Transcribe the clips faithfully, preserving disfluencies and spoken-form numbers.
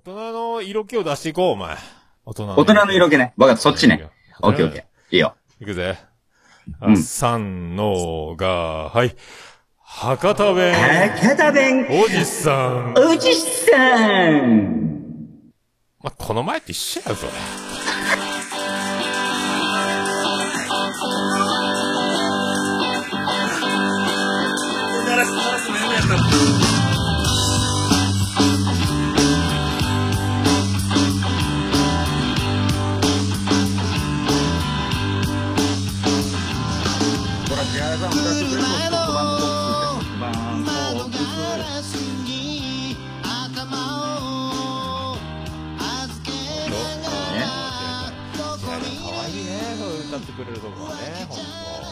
人の色気を出していこう、お前。大人の。大人の色気ね。わかった、そっちね。オッケーオッケー。いいよ。 いくぜ。 うん。 三のが、はい。博多弁。 博多弁。 おじさん。 おじさん。 ま、この前と一緒やぞ、それ。くれるとこはね、ほんと。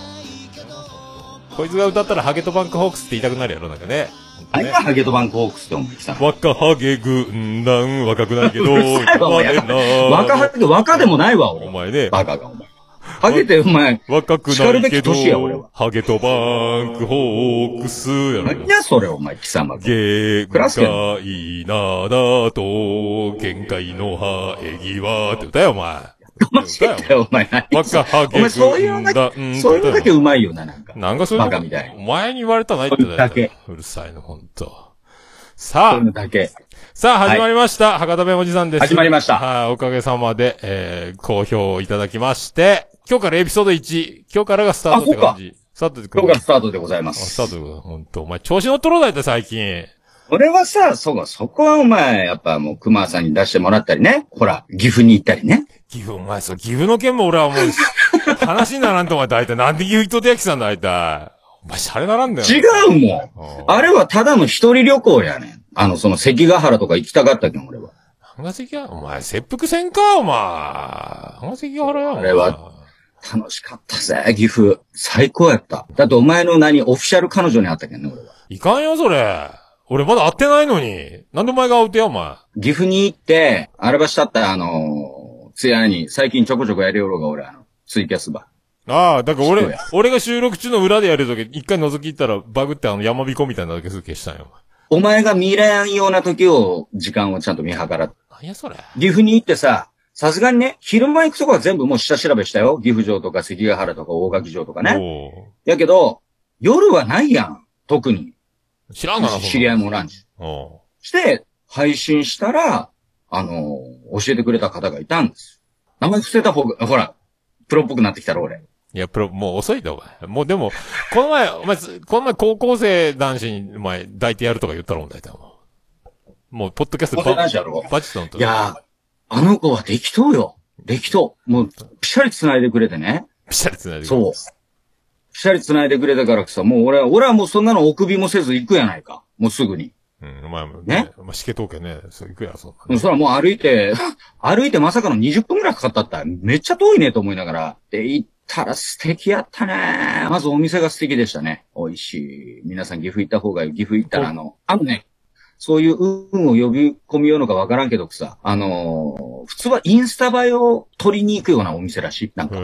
こいつが歌ったらハゲとバンクホークスって言いたくなるやろ、なんかね。 何がハゲとバンクホークスって思いきたの？ 若ハゲ軍団、若くないけど、 若ハゲ、若でもないわ、俺。 お前ね。 バカが、お前。ハゲて、お前、 若くないけど、 や俺はハゲとバンクホークスやろ。 何やそれ、お前、貴様。 限界なだと、限界のハエギはって歌よ、お前。 マジかよ、お前何。 若ハゲ軍団。 お前、そういうのだけ、そういうのだけうまいよな、なんか。 なんかそういうの。 バカみたい。 お前に言われたないってだけ。 うるさいの、ほんと。さあ。 そういうのだけ。 さあ、始まりました。はい、博多弁おじさんです。 始まりました。 はい、おかげさまで、えー、好評いただきまして、今日からエピソードいち、今日からがスタートって感じ。スタートで今日からスタートでございます。 スタートでございます。ほんと、お前調子乗っとろうだいた、最近。 俺はさ、そうか、そこはお前、やっぱもう熊さんに出してもらったりね。ほら、岐阜に行ったりね。 岐阜、お前、そう、岐阜の件も俺はもう、話にならんとお前大体、なんで岐阜人と焼きさんだいたい。お前、シャレならんだよ。 違うもん。あれはただの一人旅行やねん。あの、その関ヶ原とか行きたかったけん、俺は。 何が関ヶ原お前、切腹戦か、お前。何が関ヶ原や、 あれは、楽しかったぜ、岐阜。最高やった。だってお前の何、オフィシャル彼女に会ったけんね、俺は。 いかんよ、それ。俺まだ会ってないのに。なんでお前が会うてや、お前。 岐阜に行って、あればしたった、あのー、つやに、最近ちょこちょこやるよろが俺、あの、ツイキャスば。 ああ、だから俺、俺が収録中の裏でやるとき、一回覗き行ったら、バグってあの、山彦みたいなだけすぐ消したんよ。 お前が見れんような時を、時間をちゃんと見計らって。 何やそれ。 岐阜に行ってさ、さすがにね、昼間行くとこは全部もう下調べしたよ。岐阜城とか関ヶ原とか大垣城とかね。やけど、夜はないやん。特に。 知らんがな、 知り合いもおらんし。して、配信したら、あのー、教えてくれた方がいたんです。名前伏せた方が、ほら、プロっぽくなってきたろ、俺。 いや、プロ、もう遅いだ、お前。もうでも、この前、お前、この前高校生男子に、お前、抱いてやるとか言ったろ、大体もう。もう、ポッドキャストでバチッとのと。 いやー、あの子はできとうよ。できとう。もう、ぴしゃり繋いでくれてね。 ぴしゃり繋いでくれて。そう。ぴしゃり繋いでくれたからさ、もう俺は、俺はもうそんなのお首もせず行くやないか。もうすぐに。 うん、お前もね。まあ、しけとうけね。そう行くや、そう、 ね。そらもう歩いて、歩いてまさかのにじゅっぷんくらいかかったった。めっちゃ遠いねと思いながら。で、行ったら素敵やったね。まずお店が素敵でしたね。美味しい。皆さん岐阜行った方がいい。岐阜行ったらあの、あのね、そういう運を呼び込みようのかわからんけどさ、あのー、普通はインスタ映えを取りに行くようなお店らしい。なんか。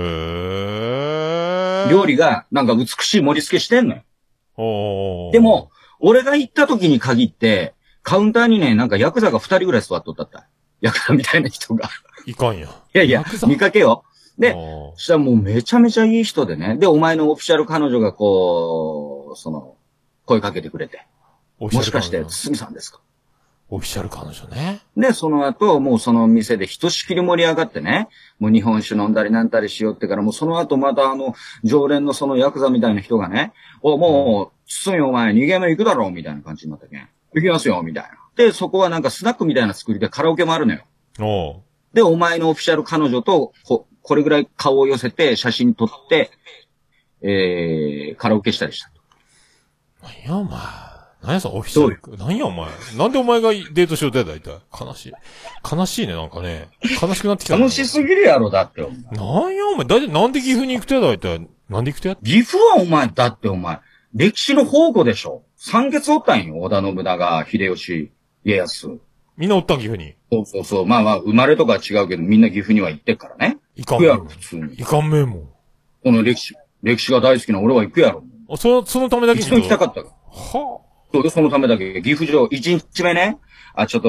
料理がなんか美しい盛り付けしてんのよ。でも、俺が行った時に限って、カウンターにね、なんかヤクザが二人ぐらい座っとったった。ヤクザみたいな人が。 いかんや。 いやいや、見かけよ。で、そしたらもうめちゃめちゃいい人でね。で、お前のオフィシャル彼女がこう、その、声かけてくれて。もしかして、堤さんですか？ オフィシャル彼女ね。 で、その後、もうその店でひとしきり盛り上がってね、もう日本酒飲んだりなんたりしようってから、もうその後またあの、常連のそのヤクザみたいな人がね、お、もう、堤お前にゲーム行くだろうみたいな感じになったけん。行きますよ、みたいな。で、そこはなんかスナックみたいな作りでカラオケもあるのよ。 おで、お前のオフィシャル彼女と、こ、これぐらい顔を寄せて写真撮って、えー、カラオケしたりした。 何やお前。何やそのオフィシャル。何やお前。なんでお前がデートしようってだいたい。悲しい。悲しいね、なんかね。悲しくなってきた。 楽しすぎるやろ、だって。 何やお前。だいたいなんで岐阜に行くてだいたい。なんで行くて岐阜はお前、だってお前、歴史の宝庫でしょ。三傑おったんよ。織田信長、秀吉、家康。 みんなおったん岐阜に。 そうそうそう。まあまあ、生まれとかは違うけど、みんな岐阜には行ってっからね。 行かんめん。 普通に。 行かんめんもん。 この歴史、歴史が大好きな俺は行くやろ。 あ、そ、そのためだけに。 一度行きたかった。 はそうで、そのためだけ。岐阜城、一日目ね。あ、ちょっと、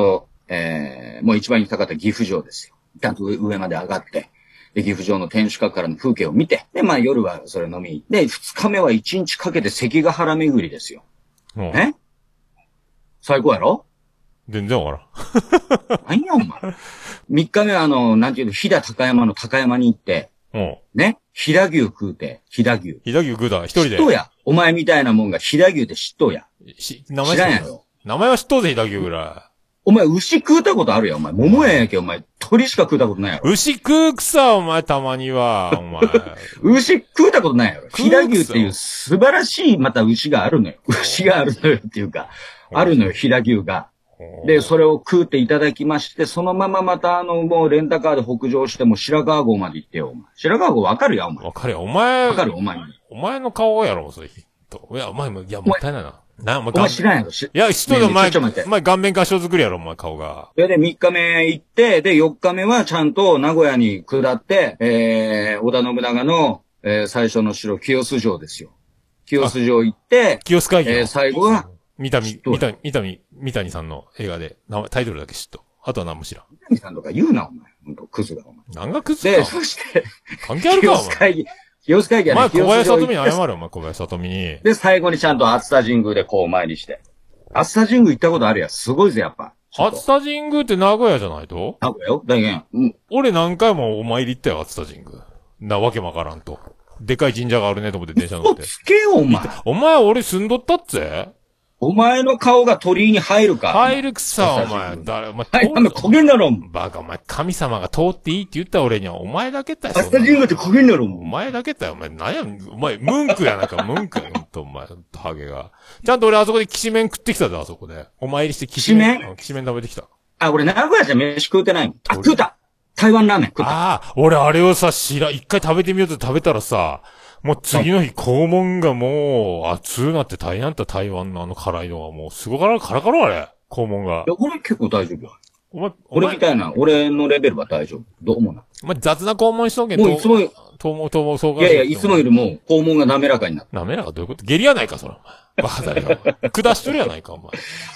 えー、もう一番行きたかった岐阜城ですよ。ちゃんと上まで上がって、で、岐阜城の天守閣からの風景を見て、で、まあ夜はそれ飲み、で、二日目は一日かけて関ヶ原巡りですよ。 うん、 え最高やろ全然わからん。何やお前。三日目はあの、なんていうの、飛騨高山の高山に行って、 うん。 ね、飛騨牛食うて、飛騨牛。 飛騨牛食うた、一人で。 知っとうや。お前みたいなもんが飛騨牛って知っとうや。 し、名前知らんやろ。 名前は知っとうぜ、飛騨牛ぐらお前牛食うたことあるやん、お前。桃やんやけ、お前。鳥しか食うたことないやろ。 牛食うくさ、お前、たまには、お前。 牛食うたことないやろ。 食うくさ飛騨牛っていう素晴らしい、また牛があるのよ。牛があるのよっていうか、あるのよ、飛騨牛が。で、それを食うていただきまして、そのまままたあの、もうレンタカーで北上しても白川郷まで行ってよ、お前。白川郷わかるやん、お前。 わかるよ、お前。 わかるお前。 お前の顔やろ、それ。いや、お前も、いや、もったいないな。な、お前、 お前知らんやろ。 いや、知っとるよ、お前。 ちょっと待って。 お前、顔面合唱作りやろ、お前、顔が。 で、で、三日目行って、で、四日目はちゃんと名古屋に下って、えー、織田信長の、えー、最初の城、清洲城ですよ。清洲城行って、 清洲会議。 えー、最後は、 三谷、三谷、三谷、三谷さんの映画で、名前、タイトルだけ知っと。あとは何も知らん。 三谷さんとか言うな、お前。ほんと、クズが、お前。 何がクズか。 で、そして、 関係あるか、お前。 清洲会議。清洲会議はね、お前、小林里美に謝謝るよ、お前、小林里美に。 で、最後にちゃんと熱田神宮でこうお参りして。熱田神宮行ったことあるやん。すごいぜ、やっぱ。 熱田神宮って名古屋じゃないと名古屋よ。だけん。うん。 俺何回もお参り行ったよ、熱田神宮。なわけもわからんと。でかい神社があるねと思って電車乗って。 つけよ、お前。 お前、俺住んどったっぜお前の顔が鳥居に入るか。 入るくさ、お前。誰、お前、 はい、あの、焦げんだろ、 バカ、お前、神様が通っていいって言った俺には、お前だけだよ。 熱田神宮って焦げんだろ、 お前だけだよ、お前。なんや、お前、ムンクやなんか、ムンクや、ほんと、お前、ハゲが。ちゃんと俺、あそこできしめん食ってきたぞ、あそこで。お参りしてきしめん。きしめんきしめん食べてきた。 あ、俺、名古屋じゃ飯食うてないもん。あ、食うた台湾ラーメン食った。 ああ、俺、あれをさ、知ら、一回食べてみようと食べたらさ、もう次の日、肛門がもう、熱うなって大変だった、台湾のあの辛いのはもう、すごからカラカラあれ、肛門が。 いや、俺結構大丈夫よ。 お前、 俺みたいな、俺のレベルは大丈夫。どうもな。 お前雑な肛門しとけんもういつも、いとも、とも、そうか。 やいや、いつもよりも肛門が滑らかになった。 滑らかどういうこと下痢やないか、それ。バカだよ。下しとるやないか、お前。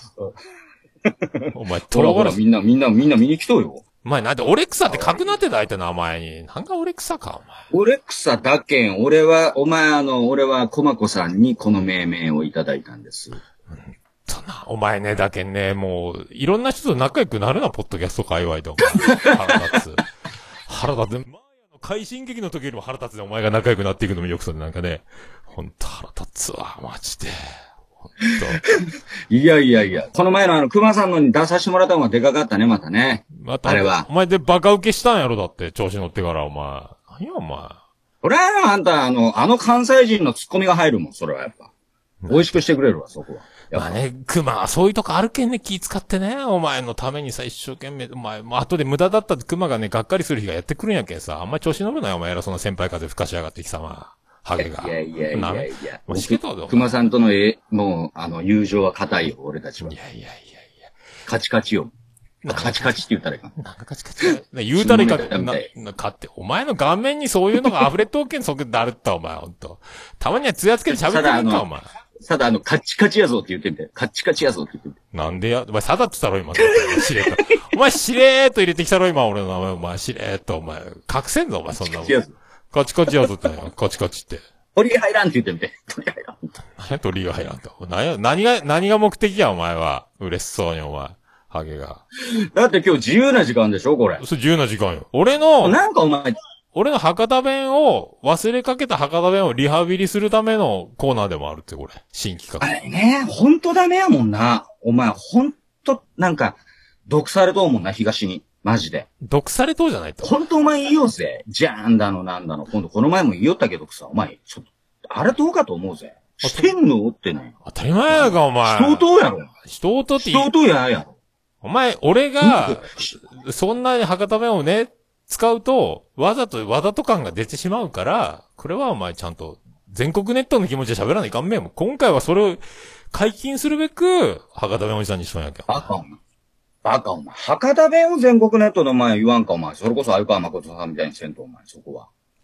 お前、 ほらほら、みんな、みんな、みんな見に来とうよ。 お前、なんで、オレクサって書くなってだいたい名前に。なんかオレクサか、 お前。オレクサだけん、俺は、お前あの、俺はコマコさんにこの命名をいただいたんです。うんとな、お前ね、だけんね、もう、いろんな人と仲良くなるな、ポッドキャスト界隈で、お前。腹立つ。腹立つ。マーヤの快進撃の時よりも腹立つで、お前が仲良くなっていくのもよくそれなんかね。ほんと腹立つわ、マジで。ほんと。 いやいやいや。この前のあの、熊さんのに出させてもらったのがでかかったね、またね。 また、 あれは。 お前でバカ受けしたんやろ、だって、調子乗ってから、お前。何や、お前。 俺はあんた、あの、あの関西人のツッコミが入るもん、それはやっぱ。美味しくしてくれるわ、そこは。 まあね、熊はそういうとこあるけんね、気使ってね、お前のためにさ、一生懸命、お前、もう後で無駄だったって熊がね、がっかりする日がやってくるんやけんさ、あんまり調子乗るなよ、お前やらその先輩風吹かしやがって貴様。ハゲが。 いやいやいやいやいや。 もうしけとう熊さんとのえ、もう、あの、友情は固いよ、俺たちは。 いやいやいやいや。 カチカチよ。カチカチって言ったらいいか。 なんかカチカチ。言うたらいいか、な、な、かって、お前の顔面にそういうのが溢れとうけん、そこだるった、お前、ほんと。たまにはつやつけて喋ってみるか、お前。 ただあの、カッチカチやぞって言ってみて。カッチカチやぞって言ってみて。 なんでや、お前、サダって言ったろ、今。しれーと。お前、しれーと入れてきたろ、今、俺の名前。お前、しれーと、お前。隠せんぞ、お前、そんなもん。カチカチやぞって、カチカチって。 鳥入らんって言ってみて。鳥入らん。 何や、鳥が入らんと。何や、何が、何が目的や、お前は。嬉しそうに、お前。ハゲが。 だって今日自由な時間でしょ、これ。 そう、自由な時間よ。俺の、 なんかお前、 俺の博多弁を、忘れかけた博多弁をリハビリするためのコーナーでもあるって、これ。新企画。 あれね、ほんとダメやもんな。お前、ほんと、なんか、毒されとうもんな、東に。マジで。 毒されとうじゃないと。 ほんとお前言いようぜ。じゃーんだのなんだの。今度この前も言いよったけどさ、お前、ちょっと、あれどうかと思うぜ。してんのってね。 当たり前やが、お前。 人とやろ。 人とって人とややろ。 お前、俺が、そんなに博多弁をね、使うと、わざと、わざと感が出てしまうから、これはお前ちゃんと、全国ネットの気持ちで喋らないかんめんもん。今回はそれを解禁するべく、博多弁おじさんにしとんやけん。 バカお前。バカお前。博多弁を全国ネットの前言わんかお前。それこそ相川誠さんみたいにせんとお前、そこは。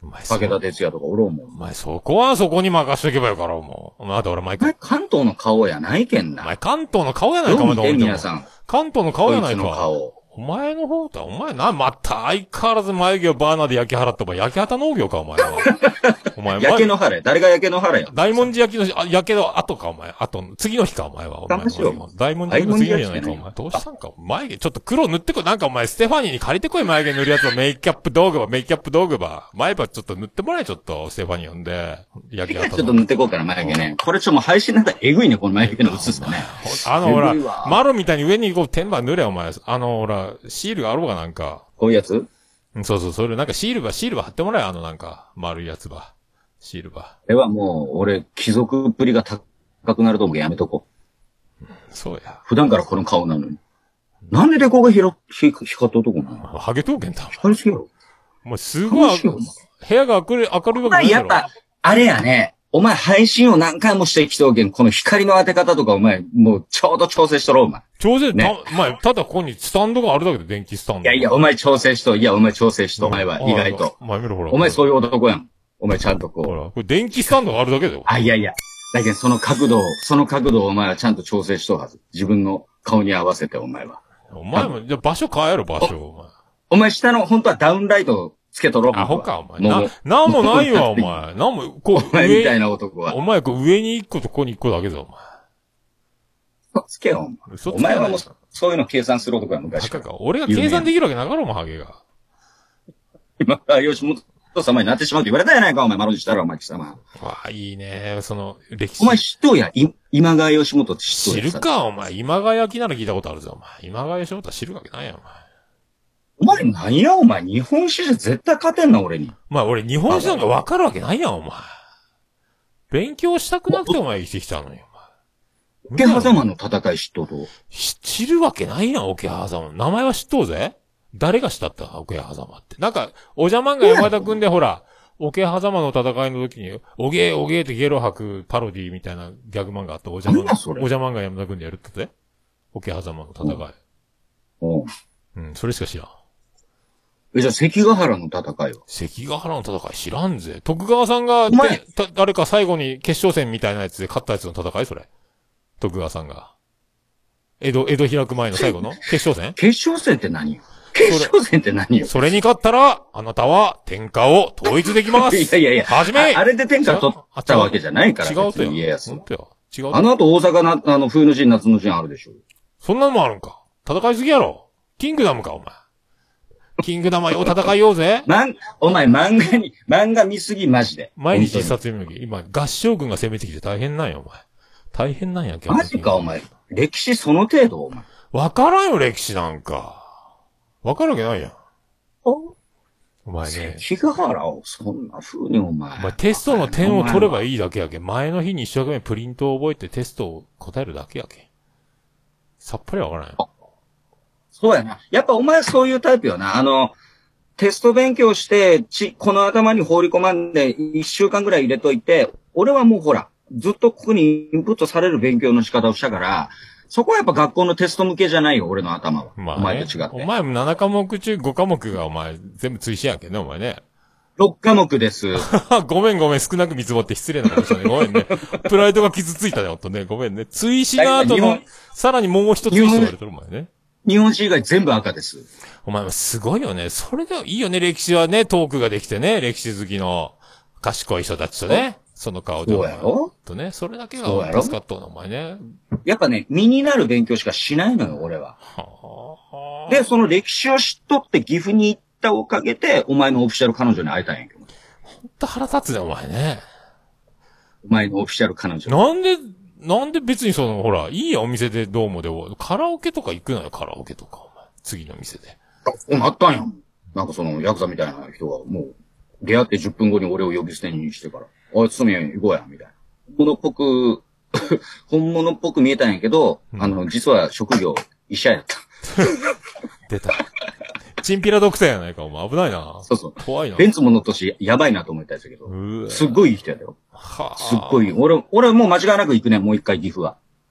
お前武田鉄矢とかおろうもん。 お前そこはそこに任しとけばよかろうもう。まだ俺毎回。 関東の顔やないけんな。 お前関東の顔やないかもどう見て皆さん。 関東の顔やないか。 こいつの顔。 お前の方だ、お前な、また相変わらず眉毛をバーナーで焼き払ったば、焼き畑農業か、お前は。お前、 焼け野原や。誰が焼け野原や。 大文字焼きの、あ焼けの後か、お前。あと、次の日か、お前は。お前大文字焼きの次の日じゃないか、お前。どうしたんか。眉毛、ちょっと黒塗ってこい。なんかお前、ステファニーに借りてこい、眉毛塗るやつはメイキャップ道具ば、メイキャップ道具ば。前歯ちょっと塗ってもらえ、ちょっと、ステファニー呼んで。焼き畑。 ちょっと塗ってこうから、眉毛ね。これちょっともう配信なんかえぐいね、この眉毛の薄さね。 あの、ほら、マロみたいに上にこう、天板塗れ、お前。あの、ほら、シールがあるなんか。 こういうやつそうそう、それなんかシールば、シールば貼ってもらえ、あのなんか、丸いやつば。シールば。 これはもう、俺、貴族っぷりが高くなると思うけどやめとこう。そうや。 普段からこの顔なのに。なんでレコがひろ、ひ、光った男なのハゲとうけんだ。 光りすぎやろ。 お前すごい、部屋が明るい、明るいわけないやろ。やっぱ、あれやね。お前配信を何回もしてきとうけん、この光の当て方とかお前、もうちょうど調整しとろう、お前。 調整、ね、た、お前、ただここにスタンドがあるだけで電気スタンド。 いやいや、お前調整しと、いや、お前調整しと、お前は、意外と。 お前見ろ、ほら。 お前そういう男やん。お前ちゃんとこう。 ほら、これ電気スタンドがあるだけだよ。 あ、いやいや。だけどその角度を、その角度をお前はちゃんと調整しとるはず。自分の顔に合わせて、お前は。 お前も、じゃ場所変えろ、場所、お前。 お前下の、本当はダウンライトつけとろう。 アホか、お前。な、なんもないわ、お前。なんも、こう、 お前みたいな男は。 お前、こう、上に一個とここに一個だけだ、お前。 つけよ、お前はもう、そういうの計算する男は昔から。 か。俺が計算できるわけなかろ、お前、ハゲが。 今、吉本様になってしまうって言われたやないか、お前、丸にしたら、お前、貴様。 わあ、いいね。その、歴史。 お前知っとうや、い、今川義元って知っとうや。知るか、お前。今川焼きなら聞いたことあるぞ、お前。今川義元は知るわけないや、お前。 お前何やお前、日本史じゃ絶対勝てんな、俺に。 お前、俺日本史なんか分かるわけないやん、お前。勉強したくなくてお前生きてきたのに、お前。 桶狭間の戦い知っとうと。 知るわけないやん、桶狭間。名前は知っとうぜ。誰が知ったった桶狭間って。なんか、おじゃまんが山田くんでほら、桶狭間の戦いの時に、おげーおげーってゲロ吐くパロディみたいなギャグ漫画あった。おじゃまんが、おじゃまんが山田くんでやるってぜ。桶狭間の戦い。 うん。 うん、それしか知らん。 え、じゃあ関ヶ原の戦いは関ヶ原の戦い知らんぜ。徳川さんが、ね、誰か最後に決勝戦みたいなやつで勝ったやつの戦いそれ。徳川さんが。江戸、江戸開く前の最後の決勝戦決勝戦って何よ決勝戦って何よそれに勝ったら、あなたは天下を統一できます。 いやいやいや。 はじめあ、あれで天下取ったわけじゃないから。 違うとよ。 家康。 本当よ。違う。 あの後大阪な、あの、冬の陣、夏の陣あるでしょ。 そんなのもあるんか。戦いすぎやろ。キングダムか、お前。キングダムはよう戦いようぜ。 まん、お前漫画に、漫画見すぎマジで。 毎日一冊読むとき。今、合唱軍が攻めてきて大変なんや、お前。大変なんや、 今日。マジか、お前。歴史その程度、お前。 わからんよ、歴史なんか。わかるわけないやん。 おお前ね。 関ヶ原をそんな風にお前。 お前テストの点を取ればいいだけやけん。前の日に一生懸命プリントを覚えてテストを答えるだけやけん。さっぱりわからんよ。 そうやな。やっぱお前そういうタイプよな。あの、テスト勉強して、ち、この頭に放り込まんで、一週間ぐらい入れといて、俺はもうほら、ずっとここにインプットされる勉強の仕方をしたから、そこはやっぱ学校のテスト向けじゃないよ、俺の頭は。まあね、お前と違って。 お前もなな科目中ご科目がお前全部追試やけんね、お前ね。 ろっ科目です。 ごめんごめん、少なく見積もって失礼なことしたね。ごめんね。プライドが傷ついたね、ほんとね。ごめんね。追試の後の、さらにもう一つ追試言われてるお前ね。 日本史以外全部赤です。 お前もすごいよね。それでいいよね、歴史はね、トークができてね、歴史好きの賢い人たちとね。その顔で。 そうやろとね、それだけが助かったの、お前ね。 やっぱね、身になる勉強しかしないのよ、俺は。はで、その歴史を知っとって岐阜に行ったおかげで、お前のオフィシャル彼女に会えたんやけど。 ほんと腹立つね、お前ね。 お前のオフィシャル彼女。 なんで、なんで別にその、ほら、いいや、お店でどうもで、カラオケとか行くのよ、カラオケとか、お前。次の店で。 あ、なったんや。なんかその、ヤクザみたいな人が、もう、出会ってじゅっぷんごに俺を呼び捨てにしてから、おい、つとみ行こうや、みたいな。本物っぽく、本物っぽく見えたんやけど、うん、あの、実は職業、医者やった。 出た。チンピラ独占やないか、お前。危ないな。 そうそう。 怖いな。 ベンツも乗っとし、やばいなと思ったやつだけど、すっごいいい人やだよ。 はすっごい。俺、俺もう間違いなく行くね、もう一回岐阜は。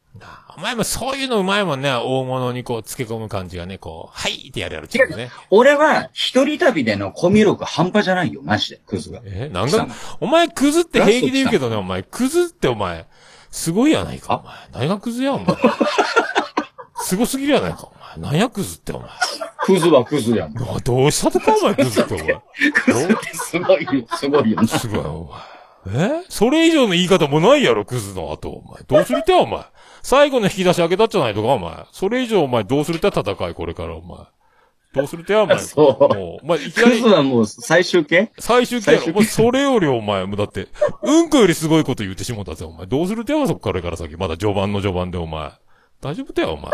お前もそういうのうまいもんね。大物にこう、漬け込む感じがね、こう、はいってやるやるっていうね。 俺は、一人旅でのコミュ力半端じゃないよ、マジで、クズが。 えなんか、お前クズって平気で言うけどね、お前。クズってお前、すごいやないか、お前。何がクズや、お前。すごすぎるやないか、お前。何やクズってお前。 クズはクズやん。 どうしたとかお前クズってお前。 クズってすごいよ、すごいよな。 すごい、お前。えそれ以上の言い方もないやろ、クズの後、お前。どうするってお前。最後の引き出し開けたっじゃないとか、お前。それ以上お前どうするって戦い、これから、お前。どうするってお前。 そう。 もう、お前、いきなり。 クズはもう最終形最終形やろ。お前、それよりお前、もうだって、うんこよりすごいこと言ってしもたぜ、お前。どうするってやそっからから先。まだ序盤の序盤で、お前。大丈夫だよ、お前。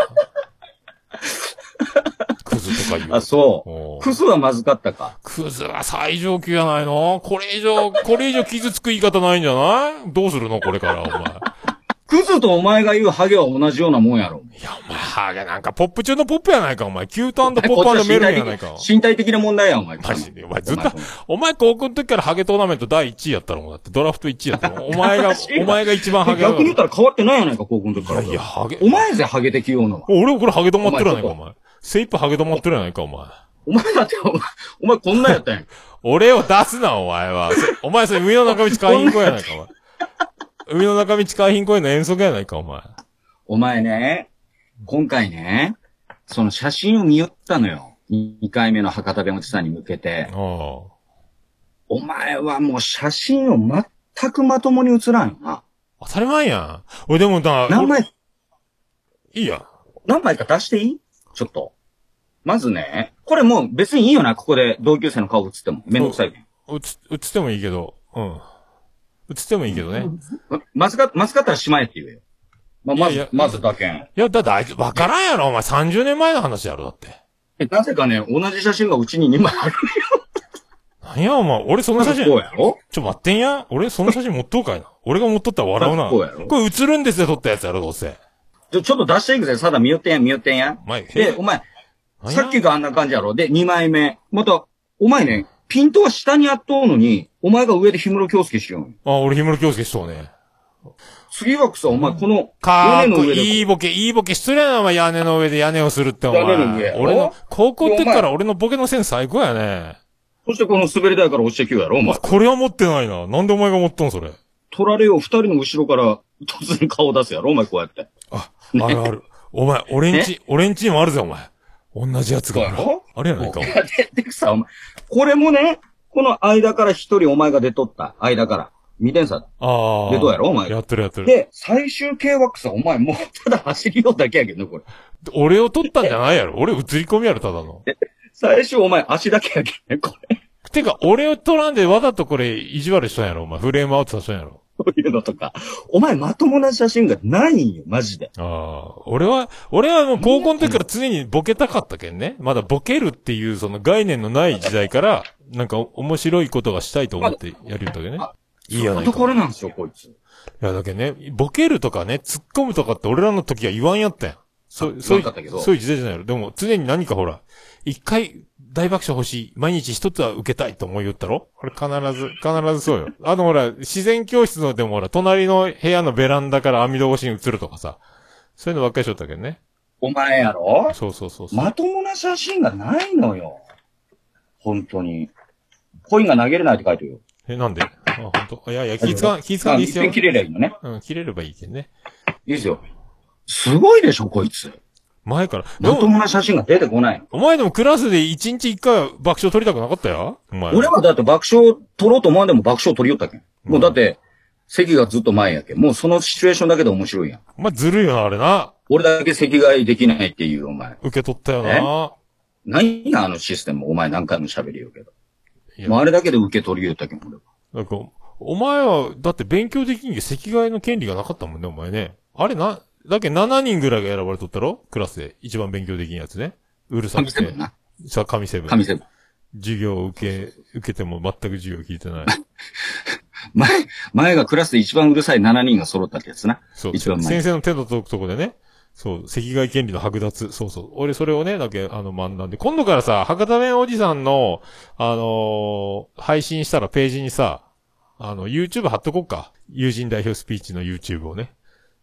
クズとか言う。 あ、そう。クズはまずかったか。 クズは最上級やないの？これ以上、これ以上傷つく言い方ないんじゃない？どうするのこれから、お前。 クズとお前が言うハゲは同じようなもんやろ。 いや、お前、ハゲなんかポップ中のポップやないか、お前。キュート&ポップ&メルンやないか。 身体的な問題や、お前。 マジで。お前ずっと、お前高校の時からハゲトーナメントだいいちいやったろ、もうだって。ドラフトいちいやったろ。お前が、お前が一番ハゲだ。 逆に言ったら変わってないやないか、高校の時から。 いや、いや、ハゲ。 お前ぜ、ハゲ的用のは。 俺、これハゲ止まってるやないか、お前。精一杯ハゲ止まってるやないか、お前。 お前だって、お前、お前こんなんやったやん。 俺を出すな、お前は。お前それ、海の中道海浜公園やないか、お前。海の中道海浜公園の遠足やないか、お前。 お前ね、今回ね、その写真を見よったのよ。にかいめの博多弁おじさんに向けて。お前はもう写真を全くまともに写らんよな。 当たり前やん。俺でもな、 何枚、 いいや。 何枚か出していい？ちょっと。まずね、これもう別にいいよな、ここで同級生の顔写っても。めんどくさいね。 写、写ってもいいけど、うん。写ってもいいけどね。 まずか、まずかったらしまえって言えよ。まあ、まず、まずだけん。 いや、だってあいつ、わからんやろ、お前さんじゅうねんまえの話やろ、だって。 え、なぜかね、同じ写真がうちににまいあるよ。 何や、お前、俺その写真。 こうやろ？ ちょ、待ってんや。俺その写真持っとうかいな。俺が持っとったら笑うな。 こうやろ？ これ写るんですよ、撮ったやつやろ、どうせ。 ちょ、ちょっと出していくぜ。さだ見よってんや、見よってんや。 お前、 で、お前、さっきがあんな感じやろ。で、にまいめ。また、お前ね、ピントは下にやっとうのに、お前が上で氷室京介しよう。 あ、俺氷室京介しそうね。 次はさ、お前この、 かーっこいい、いいボケ、いいボケ失礼な、お前屋根の上で屋根をするって、お前。 屋根の上。 俺の、高校の時から俺のボケのセンス最高やね。 そしてこの滑り台から落ちてきようやろ、お前。 これは持ってないな。なんでお前が持っとん、それ。 取られよう、二人の後ろから突然顔出すやろ、お前こうやって。 あ、ね、あるある。お前、俺んち、俺んちにもあるぜ、お前。同じやつが。あれやないか。 で、でさ、お前、これもね、この間から一人お前が出とった。間から。見てんさ。 ああ。 出とやろ、お前。 やってるやってる。 で、最終形はさ、お前もうただ走りようだけやけど、これ。 俺を取ったんじゃないやろ。俺映り込みやろ、ただの。 最初お前足だけやけんね、これ。 てか、俺を取らんでわざとこれ意地悪したんやろ、お前。フレームアウトさせたんやろ。 そういうのとか。お前まともな写真がないんよ、マジで。 ああ。俺は、俺はもう高校の時から常にボケたかったけんね。まだボケるっていうその概念のない時代から、なんか面白いことがしたいと思ってやるんだけどね。いいやないか。 ところなんですよ、こいつ。いや、だけどね、ボケるとかね、突っ込むとかって俺らの時は言わんやったやん。そう、そういう、そういう時代じゃないの。でも常に何かほら、一回大爆笑欲しい。毎日一つは受けたいと思いよったろ？これ必ず、必ずそうよ。あのほら、自然教室のでもほら、隣の部屋のベランダから網戸越しに映るとかさ。そういうのばっかりしとったけどね。 お前やろ？ そうそうそうそう。 まともな写真がないのよ。本当に。コインが投げれないって書いてるよ。 え、なんで？あ、本当。いやいや、気使わ、気使わんでいいっすよ。 一遍切れればいいのね。 うん、切れればいいけんね。 いいですよ。すごいでしょ、こいつ。 前から。 まともな写真が出てこない。 お前でもクラスで一日一回爆笑取りたくなかったよお前。 俺はだって爆笑取ろうと思わんでも爆笑取りよったけん。もうだって、席がずっと前やけん。もうそのシチュエーションだけで面白いやん。 お前ずるいよな、あれな。 俺だけ席替えできないっていう、お前。 受け取ったよな。 何や、あのシステム。お前何回も喋りようけど。もうあれだけで受け取りよったけん、俺は。 なんか、お前は、だって勉強できんけ席替えの権利がなかったもんね、お前ね。あれな、だけななにんぐらいが選ばれとったろクラスで。一番勉強できんやつね。うるさくて。 神セブンな。 さあ、神セブン。 神セブン。 授業を受け、受けても全く授業聞いてない。 前、前がクラスで一番うるさいしちにんが揃ったってやつな。 そう。 一番前。 先生の手の届くとこでね。そう、席替え権利の剥奪。そうそう。俺それをね、だけ、あの、学んで。今度からさ、博多弁おじさんの、あのー、配信したらページにさ、あの、YouTube 貼っとこうか。友人代表スピーチの YouTube をね。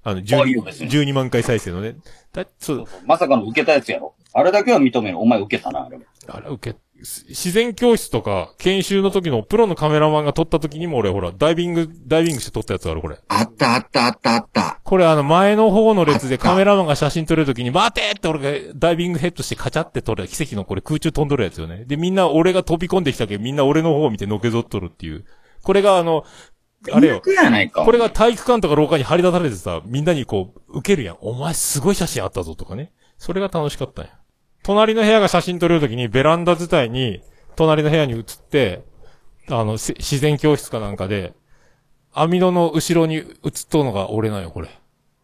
あの、じゅうに、じゅうにまん回再生のね。だそうそうそうまさかの受けたやつやろ。あれだけは認める。お前受けたな、あれ。 あれ、受け、自然教室とか、研修の時のプロのカメラマンが撮った時にも俺ほら、ダイビング、ダイビングして撮ったやつある、これ。 あったあったあったあった。 これあの前の方の列でカメラマンが写真撮れる時に、待てって俺がダイビングヘッドしてカチャって撮る奇跡のこれ空中飛んどるやつよね。で、みんな俺が飛び込んできたけど、みんな俺の方を見てのけぞっとるっていう。これがあの、あれよ。これが体育館とか廊下に張り出されてさ、みんなにこう、受けるやん。お前すごい写真あったぞとかね。それが楽しかったんや。隣の部屋が写真撮れる時にベランダ伝いに、隣の部屋に移って、あの、自然教室かなんかで、網戸の後ろに映っとるのが俺なんよ、これ。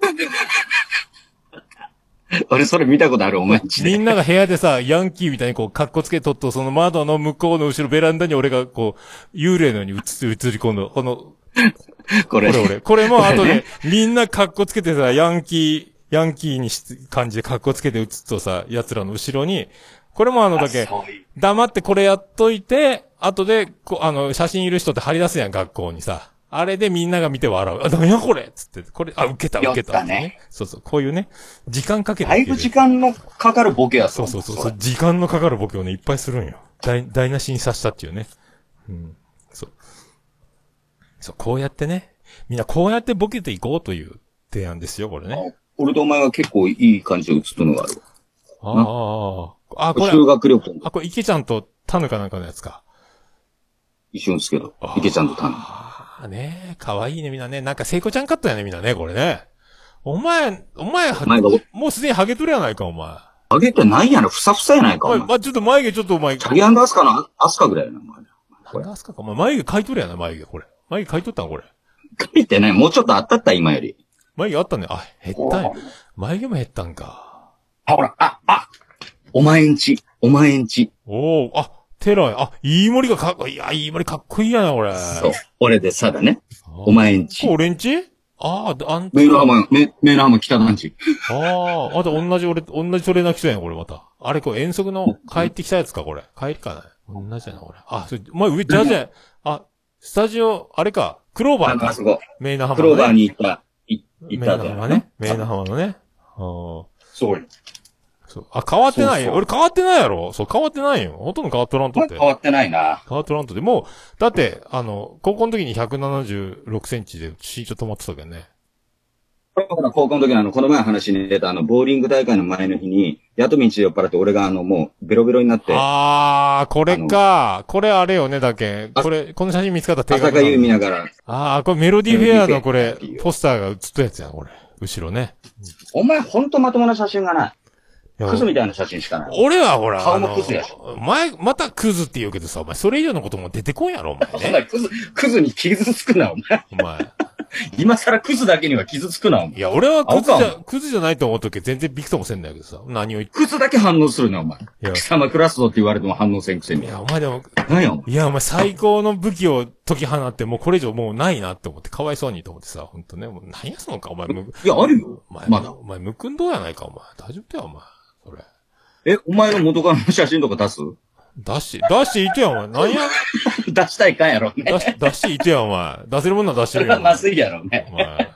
俺それ見たことある、お前んちで。 みんなが部屋でさ、ヤンキーみたいにこう、カッコつけとっと、その窓の向こうの後ろベランダに俺がこう、幽霊のように映って映り込んだ、この、 これ。 これ俺。これも後で、みんなカッコつけてさ、ヤンキー、ヤンキーにし、感じでカッコつけて映つとさ、奴らの後ろに、これもあのだけ、黙ってこれやっといて、後で、こあの、写真いる人って貼り出すやん、学校にさ。あれでみんなが見て笑う。あ、何やこれつって、これ、あ、受けた、受けた、 やったね。 そうそう、こういうね、時間かけて。 だいぶ時間のかかるボケやそうそうそうそう、時間のかかるボケをね、いっぱいするんよ。台、台無しにさせたっていうね。うん。そう。そう、こうやってね、みんなこうやってボケていこうという提案ですよ、これね。 俺とお前は結構いい感じで映ったのがある。 ああ、ああ、これ。 修学旅行。 あ、これ池ちゃんとタヌかなんかのやつか。 一緒ですけど。池ちゃんとタヌ。 ああ、ねえ、かわいいね、みんなね。なんか聖子ちゃんカットやね、みんなね、これね。お前、お前、お前もうすでにハゲとるやないか、お前。 ハゲってないやろ、ふさふさやないか、お前。 まあ、ちょっと眉毛ちょっとお前。 チャギアンドアスカのアスカぐらいやな、お前。 これアスカか。お前眉毛描いとるやな、眉毛、これ。眉毛描いとったんこれ。 描いてない。もうちょっとあったった、今より。 眉毛あったね。あ、減ったんや。眉毛も減ったんか。 あ、ほら、あ、あ、お前んち、お前んち。 おー、あ、テラー、あ、いい森がかっこいい。いや、いい森かっこいいやな、これ。 そう。俺でさだね。お前んち。 俺んちああ、あんメイの浜、メイの浜北団地。 ああ、あと同じ俺、同じトレーナー来たやん、これまた。あれ、これ遠足の帰ってきたやつか、これ。帰りかな。同じやな、これ。あ、それ、お前上、じゃじゃあ、スタジオ、あれか、クローバーか。 あそこ。 メイナ浜のね。クローバーに行った、行ったメイナ浜ね。メイナ浜のね。ああ。 そうよ。 そう。あ、変わってないよ。俺変わってないやろ。そう、変わってないよ。ほとんど変わっとらんとって。 変わってないな。 変わっとらんとって。もう、だって、あの、高校の時にひゃくななじゅうろくセンチで身長止まってたけどね。 高校の時のあの、この前話に出たあの、ボーリング大会の前の日に、ヤトミンチで酔っ払って俺があの、もう、ベロベロになって。 あー、これか。これあれよね、だけ。これ、この写真見つかった手が。朝香優見ながら。 あー、これメロディーフェアのこれ、ポスターが写ったやつやん、これ。後ろね。 お前ほんとまともな写真がない。クズみたいな写真しかない。 俺はほら、 顔もクズやし。 前、またクズって言うけどさ、お前、それ以上のことも出てこんやろ、お前ね。 お前、クズ、クズに傷つくな、お前。 お前。 今更クズだけには傷つくな、お前。 いや、俺はクズじゃ、クズじゃないと思うとき全然ビクともせんだけどさ。何を言って。 クズだけ反応するな、お前。いや。貴様クラスドって言われても反応せんくせに。 いや、お前でも。 何や、お前。 いや、お前最高の武器を解き放って、もうこれ以上もうないなって思って、かわいそうにと思ってさ、ほんとね。もう何やそのか、お前。 いや、あるよ。 お前、 まだ。 お前、むくんどうやないか、お前。大丈夫だよ、お前。それ。 え、お前の元カノの写真とか出す出し、出していてや、お前。何や出したいかんやろ、ね。 出し、出していてや、お前。出せるもんなら出してるよ。 まずいやろ、ね。お前。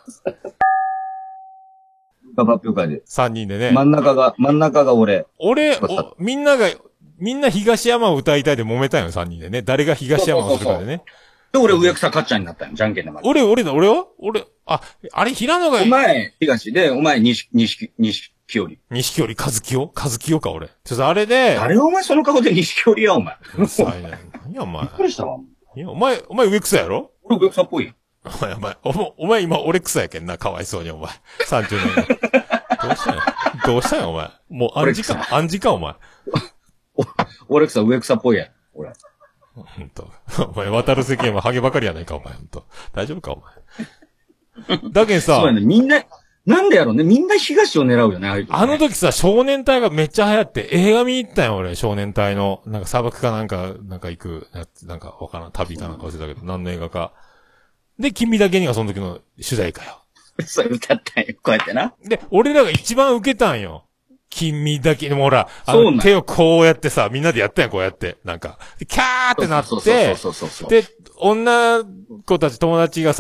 発表会で。 三人でね。 真ん中が、真ん中が俺。 俺、みんなが、みんな東山を歌いたいで揉めたよ、三人でね。誰が東山をするかでね。 で、俺上草かっちゃんになったよ、じゃんけんで。 俺、俺だ、俺は俺、あ、あれ、平野が。 お前、東で、お前、西、西、西、清里。 西清里、和清和清か、俺。ちょっとあれで。 誰お前その顔で西清里や、お前。 うるさいね。何や、お前。 びっくりしたわ。 いや、お前、お前上草やろ俺上草っぽい。 お前、お前、お、お前今俺草やけんな、かわいそうに、お前。さんじゅうねん。どうしたんやどうしたんや、お前。もう暗示か、暗示か、お前。 俺草、上草っぽいやん、俺。 ほんと。お前、渡る世間はハゲばかりやないか、お前。ほんと。大丈夫か、お前。だけどさ。 そうやね、みんな、なんでやろうね。みんな東を狙うよね、ああいう、ね。 あの時さ、少年隊がめっちゃ流行って、映画見に行ったよ、俺、少年隊の。なんか砂漠かなんか、なんか行く、なんかわからん、旅かなんか忘れたけど、何の映画か。で、君だけにがその時の主題歌よ。 そう、歌ったんよ、こうやってな。 で、俺らが一番受けたんよ。君だけ、でもほら、あの、手をこうやってさ、みんなでやったやん、こうやって。なんか。キャーってなって、で、女子たち、友達がさ、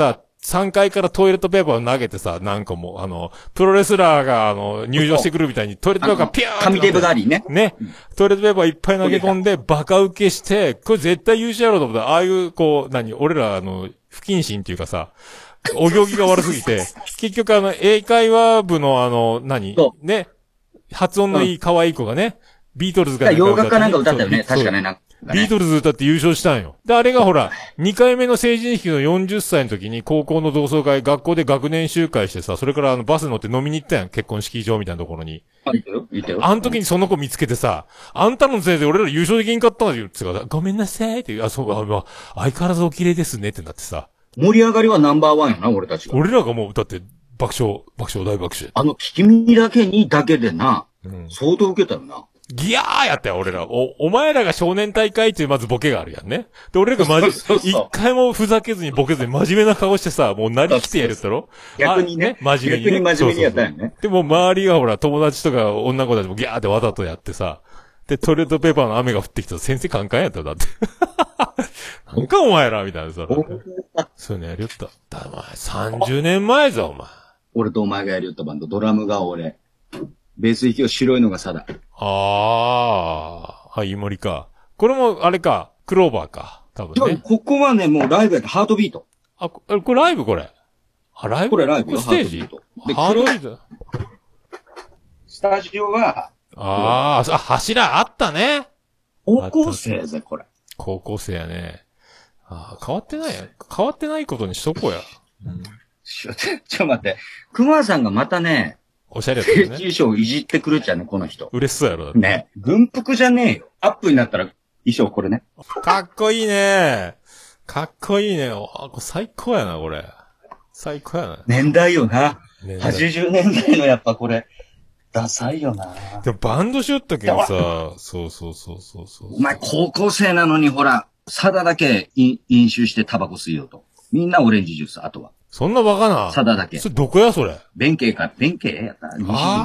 さんかいからトイレットペーパーを投げてさ、なんかもう、あの、プロレスラーが、あの、入場してくるみたいにトイレットペーパーがピューって。 紙デブガリーね。 ね。トイレットペーパーいっぱい投げ込んで、バカ受けして、これ絶対優勝やろうと思ったら、ああいう、こう、何、俺ら、あの、不謹慎っていうかさ、お行儀が悪すぎて、結局あの、英会話部のあの、何ね。発音のいい可愛い子がね、ビートルズがなんか洋楽かなんか歌ったよね。確かね、なんか。 ビートルズ歌って優勝したんよ。で、あれがほら、にかいめの成人式のよんじゅっさいの時に高校の同窓会、学校で学年集会してさ、それからあのバス乗って飲みに行ったやん。結婚式場みたいなところに。 あ、いたよ、いたよ。 あの時にその子見つけてさ、あんたのせいで俺ら優勝できんかったんだよ。つか、ごめんなさいって、あ、そう、あ、まあ、相変わらずお綺麗ですねってなってさ。 盛り上がりはナンバーワンよな、俺たちが。 俺らがもう、だって、爆笑、爆笑大爆笑。 あの、聞き耳だけにだけでな、うん、相当受けたよな。 ギャーやったよ、俺ら。お、お前らが少年大会っていうまずボケがあるやんね。で、俺らがまじ、一回もふざけずにボケずに真面目な顔してさ、もうなりきってやるったろ逆にね。 真面目に、ね。 逆に真面目にやったよね。そうそうそうでも周りがほら、友達とか女の子たちもギャーってわざとやってさ、で、トイレットペーパーの雨が降ってきたら先生カンカンやったよ、だって。なんかお前ら、みたいなさ。そういうのやりよった。だ、お前、さんじゅうねんまえぞ、お前。 俺とお前がやりよったバンド、ドラムが俺。ベース弾きを白いのがサダ。 ああ、はい、イモリか。これも、あれか、クローバーか。多分ね。 ここはね、もうライブやった、ハートビート。 あ、これライブこれ。あ、ライブこれライブよ。 ステージで、 ハートビート。 スタジオは、 ああ、あ、柱あったね。 高校生やぜ、これ。 高校生やね。ああ、変わってないや。変わってないことにしとこうや。 うん、ちょ、ちょ、待って。熊さんがまたね、 おしゃれやったね。 衣装いじってくるじゃね、この人。 嬉しそうやろ。だってね。軍服じゃねえよ。アップになったら衣装これね。 かっこいいね。かっこいいね。あ、これ最高やな、これ。最高やな。 年代よな。はちじゅうねんだいのやっぱこれ、ダサいよな。 でもバンドしよったけどさ、そうそうそうそうそう。 お前高校生なのにほら、サダだけ飲酒してタバコ吸いようと。みんなオレンジジュース、あとは。 そんなバカな。 サダだけ。 それどこや、それ。 弁慶か、弁慶やったら。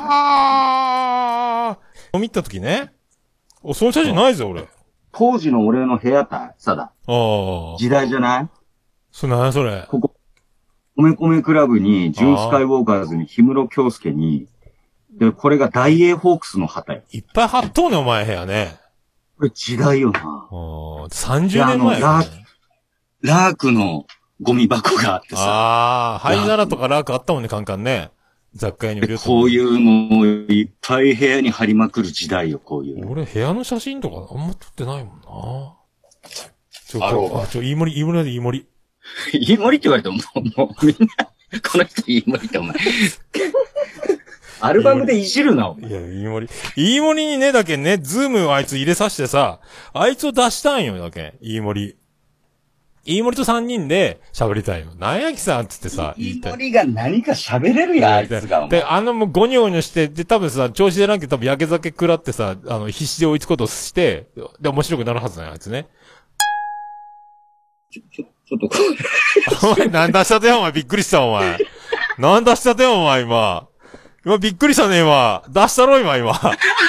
ああ。見たときね。お、その写真ないぞ、俺。 当時の俺の部屋た、サダ。 ああ。 時代じゃない？ それ何や、それ。 ここ、米米クラブに、ジュンスカイウォーカーズに、氷室京介に、で、これが大英ホークスの旗や。 いっぱい貼っとうね、お前部屋ね。 これ時代よな。 ああ。さんじゅうねんまえ、ね。 ラーク、ラークのゴミ箱があってさ。 ああ、灰皿とかラークあったもんね、カンカンね。雑貨屋に売るよ。 こういうのをいっぱい部屋に貼りまくる時代よ、こういうの。 俺部屋の写真とかあんま撮ってないもんな。ちょ、 ああ、ちょ、いい森、いい森でいい森。 いい森って言われても、もう、もうみんな、この人いい森ってお前。アルバムでいじるな、お前。 いや、いい森。いい森にね、だけね、ズームをあいつ入れさしてさ、あいつを出したんよ、だけ。いい森。いい森と三人で喋りたいよ。なんやきさんつってさ、 いい森が何か喋れるや、あいつが。 で、あのもうゴニョゴニョして、で、多分さ、調子出なきゃ多分焼け酒食らってさ、あの、必死で追いつくことをして、で、面白くなるはずだよ、あいつね。 ちょ、ちょ、ちょっとこれ。お前、なん出したてよ、お前。びっくりした、お前。なん出したてよ、お前、今。今、びっくりしたね、今。出したろ、今、今。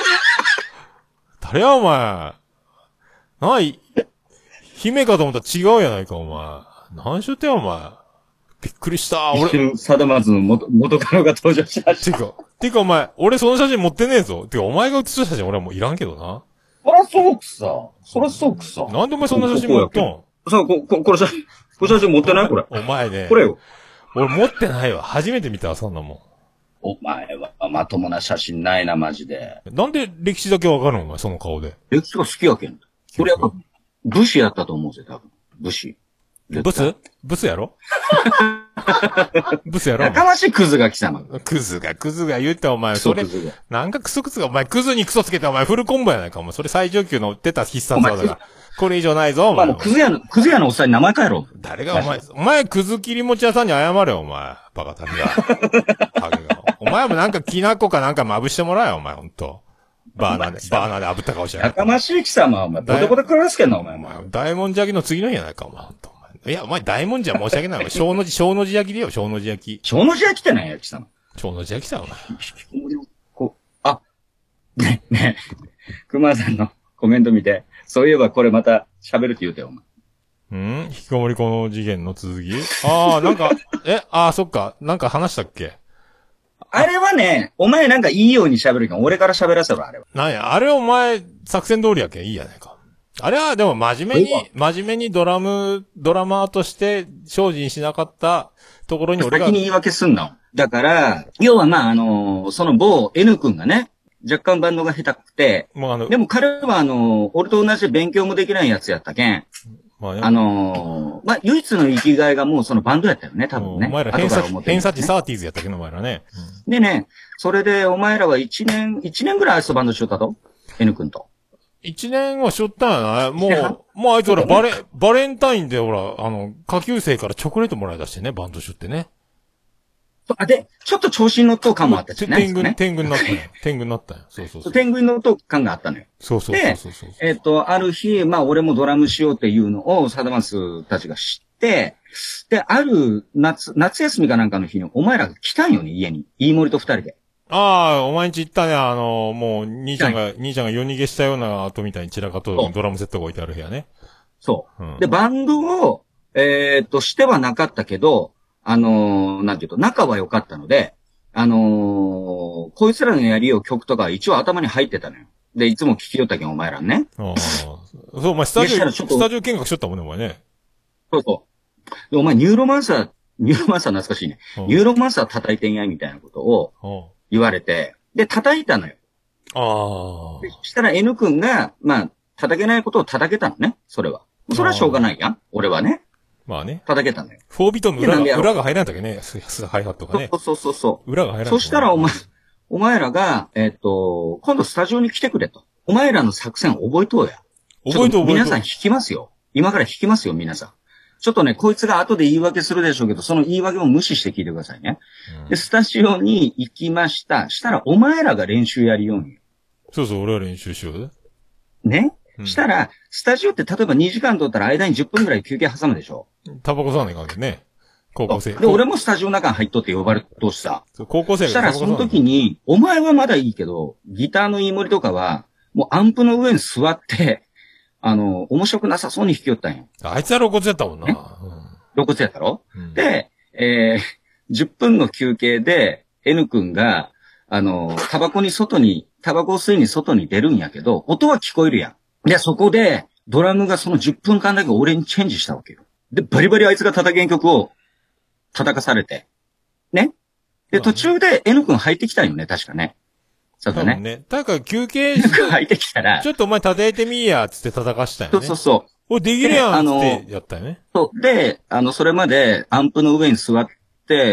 誰や、お前。ない。姫かと思ったら違うやないか、お前。何しよってや、お前。びっくりした、 俺。一瞬、サダマーズの元、元カノが登場しました。 てか、てかお前、俺その写真持ってねえぞ。てか、お前が写した写真俺はもういらんけどな。 そらそうくさ。そらそうくさ。 なんでお前そんな写真持っとん？ さあ、こ、こ、これ写真、これ写真持ってないこれ。 お前ね。 これよ。 俺持ってないわ。初めて見たわ、そんなもん。 お前はまともな写真ないな、マジで。 なんで歴史だけわかるのお前、その顔で。 歴史が好きやけん。これやっぱ、武士やったと思うぜ、多分。武士。 ブスブスやろブスやろやかましいクズが貴様。 クズが、クズが言ってお前、それ、なんかクソクズが、お前クズにクソつけてお前フルコンボやないか、お前。それ最上級の出た必殺技だから。これ以上ないぞ、お前。 まあ、クズ屋の、クズ屋のおっさんに名前変えろ。 誰がお前、お前クズ切り持ち屋さんに謝れよ、お前。バカタレが。ハゲが。お前もなんかきな粉かなんかまぶしてもらえよ、お前、ほんと。バーナーで、バーナーで炙った顔してややかましい貴様、お前。ボテボテ食らわすけんな、お前。お前大文字焼きの次の日やないか、お前、ほんと。いや、お前大文字は申し訳ない。小の字、小の字焼きでよ、小の字焼き。 小の字焼きって何や、貴様。 小の字焼きさ、お前。 こあ、ね、ね、熊さんのコメント見て、そういえばこれまた喋るって言うてよ、お前。 ん引きこもりこの次元の続きああ、なんか、え、ああ、そっか。なんか話したっけあれはね、お前なんかいいように喋るけど、俺から喋らせろ、あれは。 なんや、あれお前、作戦通りやけんいいやないか。あれはでも真面目に、真面目にドラム、ドラマーとして精進しなかったところに俺が。 先に言い訳すんの。だから、要はまあ、あのー、その某 N 君がね、若干バンドが下手くて、 もうあの、 でも彼はあのー、俺と同じで勉強もできないやつやったけん、まあ、あのー、まあ、唯一の生きがいがもうそのバンドやったよね、多分ね。 お前ら偏差値、偏差値サーティーズやったけど、お前らね。 うん、でね、それでお前らは一年、一年ぐらいあいつとバンドしよったと ?N 君と。 一年はしょったんやな。もう、もうあいつほら、バレ、バレンタインでほら、あの、下級生からチョコレートもらい出してね、バンドしよってね。 あ、で、ちょっと調子に乗っとう感もあったしね。 天狗、天狗になったんや。天狗になったんや。そうそうそう。 天狗に乗っとう感があったのよ。 そうそうそうそうそう。 えっと、ある日、まあ俺もドラムしようっていうのをサダマスたちが知って、で、ある夏、夏休みかなんかの日にお前らが来たんよね、家に。飯森と二人で。 ああ、お前んち行ったね、あの、もう、兄ちゃんが、兄ちゃんが夜逃げしたような後みたいに散らかとドラムセットが置いてある部屋ね。 そう。うん、で、バンドを、えー、っと、してはなかったけど、あのー、なんていうと、仲は良かったので、あのー、こいつらのやりよう曲とか一応頭に入ってたのよ。で、いつも聞きよったけん、お前らね。 ああ。そう、お前スタジオ、スタジオ見学しとったもんね、お前ね。 そうそう。で、お前ニューロマンサー、ニューロマンサー懐かしいね。ニューロマンサー叩いてんや、みたいなことを言われて、で、叩いたのよ。 ああ。 そしたら N 君が、まあ、叩けないことを叩けたのね、それは。それはしょうがないやん、俺はね。 まあね。 叩けたのよ。 フォービートの裏が、裏が入らんだけね、ハイハットがね。 そうそうそうそう。 裏が入らん。 そしたらお前、お前らが、えっと、今度スタジオに来てくれと。お前らの作戦覚えとうや。 覚えとう覚えとう。 皆さん弾きますよ。今から弾きますよ、皆さん。ちょっとね、こいつが後で言い訳するでしょうけど、その言い訳も無視して聞いてくださいね。うん、で、スタジオに行きました。したら、お前らが練習やるように。 そうそう、俺は練習しようぜ。 ね、うん、したら、スタジオって例えばにじかん取ったら間にじゅっぷんくらい休憩挟むでしょ。 タバコ吸わないかんけどね。高校生。 で、俺もスタジオの中に入っとって呼ばれとしさ。 高校生がしたら、その時に、お前はまだいいけど、ギターの飯森とかは、もうアンプの上に座って、あの、面白くなさそうに弾きよったんよ。 あいつは露骨やったもんな。うん、 露骨やったろ、うん、で、えー、じゅっぷんの休憩で、N 君が、あの、タバコに外に、タバコを吸いに外に出るんやけど、音は聞こえるやん。で、そこで、ドラムがそのじゅっぷんかんだけ俺にチェンジしたわけよ。で、バリバリあいつが叩けん曲を叩かされて。ね。で、途中で N 君入ってきたんよね、確かね。そうだね。 ね。だから休憩して。 入ってきたら。 ちょっとお前叩いてみーや、つって叩かしたよね。 そうそうそう。 お、できるやんってやったよね。 そう。で、あの、それまでアンプの上に座って、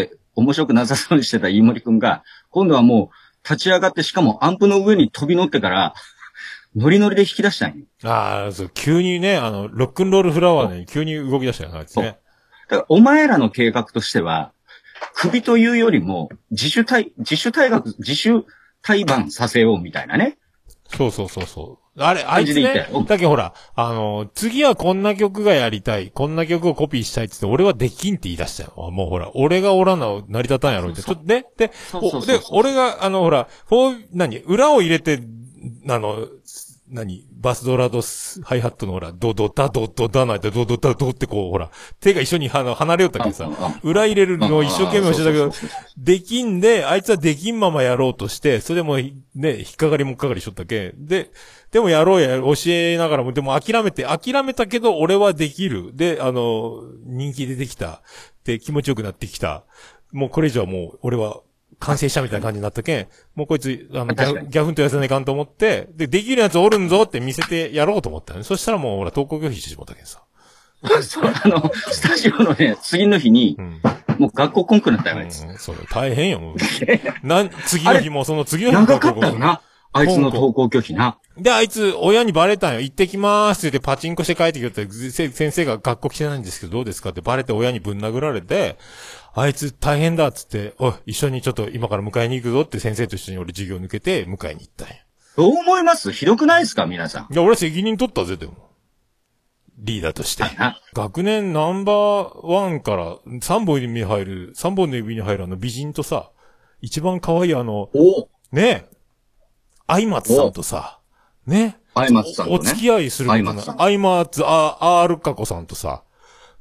面白くなさそうにしてた飯森くんが、今度はもう立ち上がって、しかもアンプの上に飛び乗ってから、ノリノリで引き出したんよ。 ああ、そう、急にね、あの、ロックンロールフラワーに急に動き出したよな、あいつね。 だから、お前らの計画としては、首というよりも、自主対、自主対学、自主対バンさせようみたいなね。 そうそうそうそう。あれ、あいつね、だけどほら、あの、次はこんな曲がやりたい、こんな曲をコピーしたいって言って、俺はできんって言い出したよ。もうほら、俺がおらな、成り立たんやろって。ちょっとね、で、で、俺が、あの、ほら、フォー、何、裏を入れて、あの、何バスドラとハイハットのほら、ドドダドドダないとドドダドってこう、ほら、手が一緒にあの離れよったけどさ、裏入れるのを一生懸命してたけど、できんで、あいつはできんままやろうとして、それでもね、引っかかりもっかかりしとったけ。で、でもやろうや、教えながらも、でも諦めて、諦めたけど俺はできる。で、あの、人気出てきた。で、気持ちよくなってきた。もうこれ以上はもう、俺は、完成したみたいな感じになったけん、もうこいつ、あの、ギャギャフンとやせないかんと思って、で、できるやつおるんぞって見せてやろうと思ったよね。そしたらもう、ほら、登校拒否してしまったけんさ。 そう、あの、スタジオのね、次の日に、うん、もう学校コンクなったよ、あいつ。 うん、そう、大変よ、もう。なん、次の日も、その次の日も。 長かったよな。あいつの登校拒否な。 で、あいつ、親にバレたんよ。行ってきまーすって言ってパチンコして帰ってきよって、先生が学校来てないんですけどどうですかってバレて親にぶん殴られて、あいつ大変だっつって、おい、一緒にちょっと今から迎えに行くぞって先生と一緒に俺授業抜けて迎えに行ったんや。 どう思います？ひどくないですか皆さん。 いや、俺は責任取ったぜ、でも。リーダーとして。学年ナンバーワンからさんぼん指に入る、さんぼんの指に入るあの美人とさ、一番可愛いあの、 おねえ、アイマツさんとさ、ね。 アイマツさんとね。 お付き合いすることな。アイマツ、あ、アールカコさんとさ、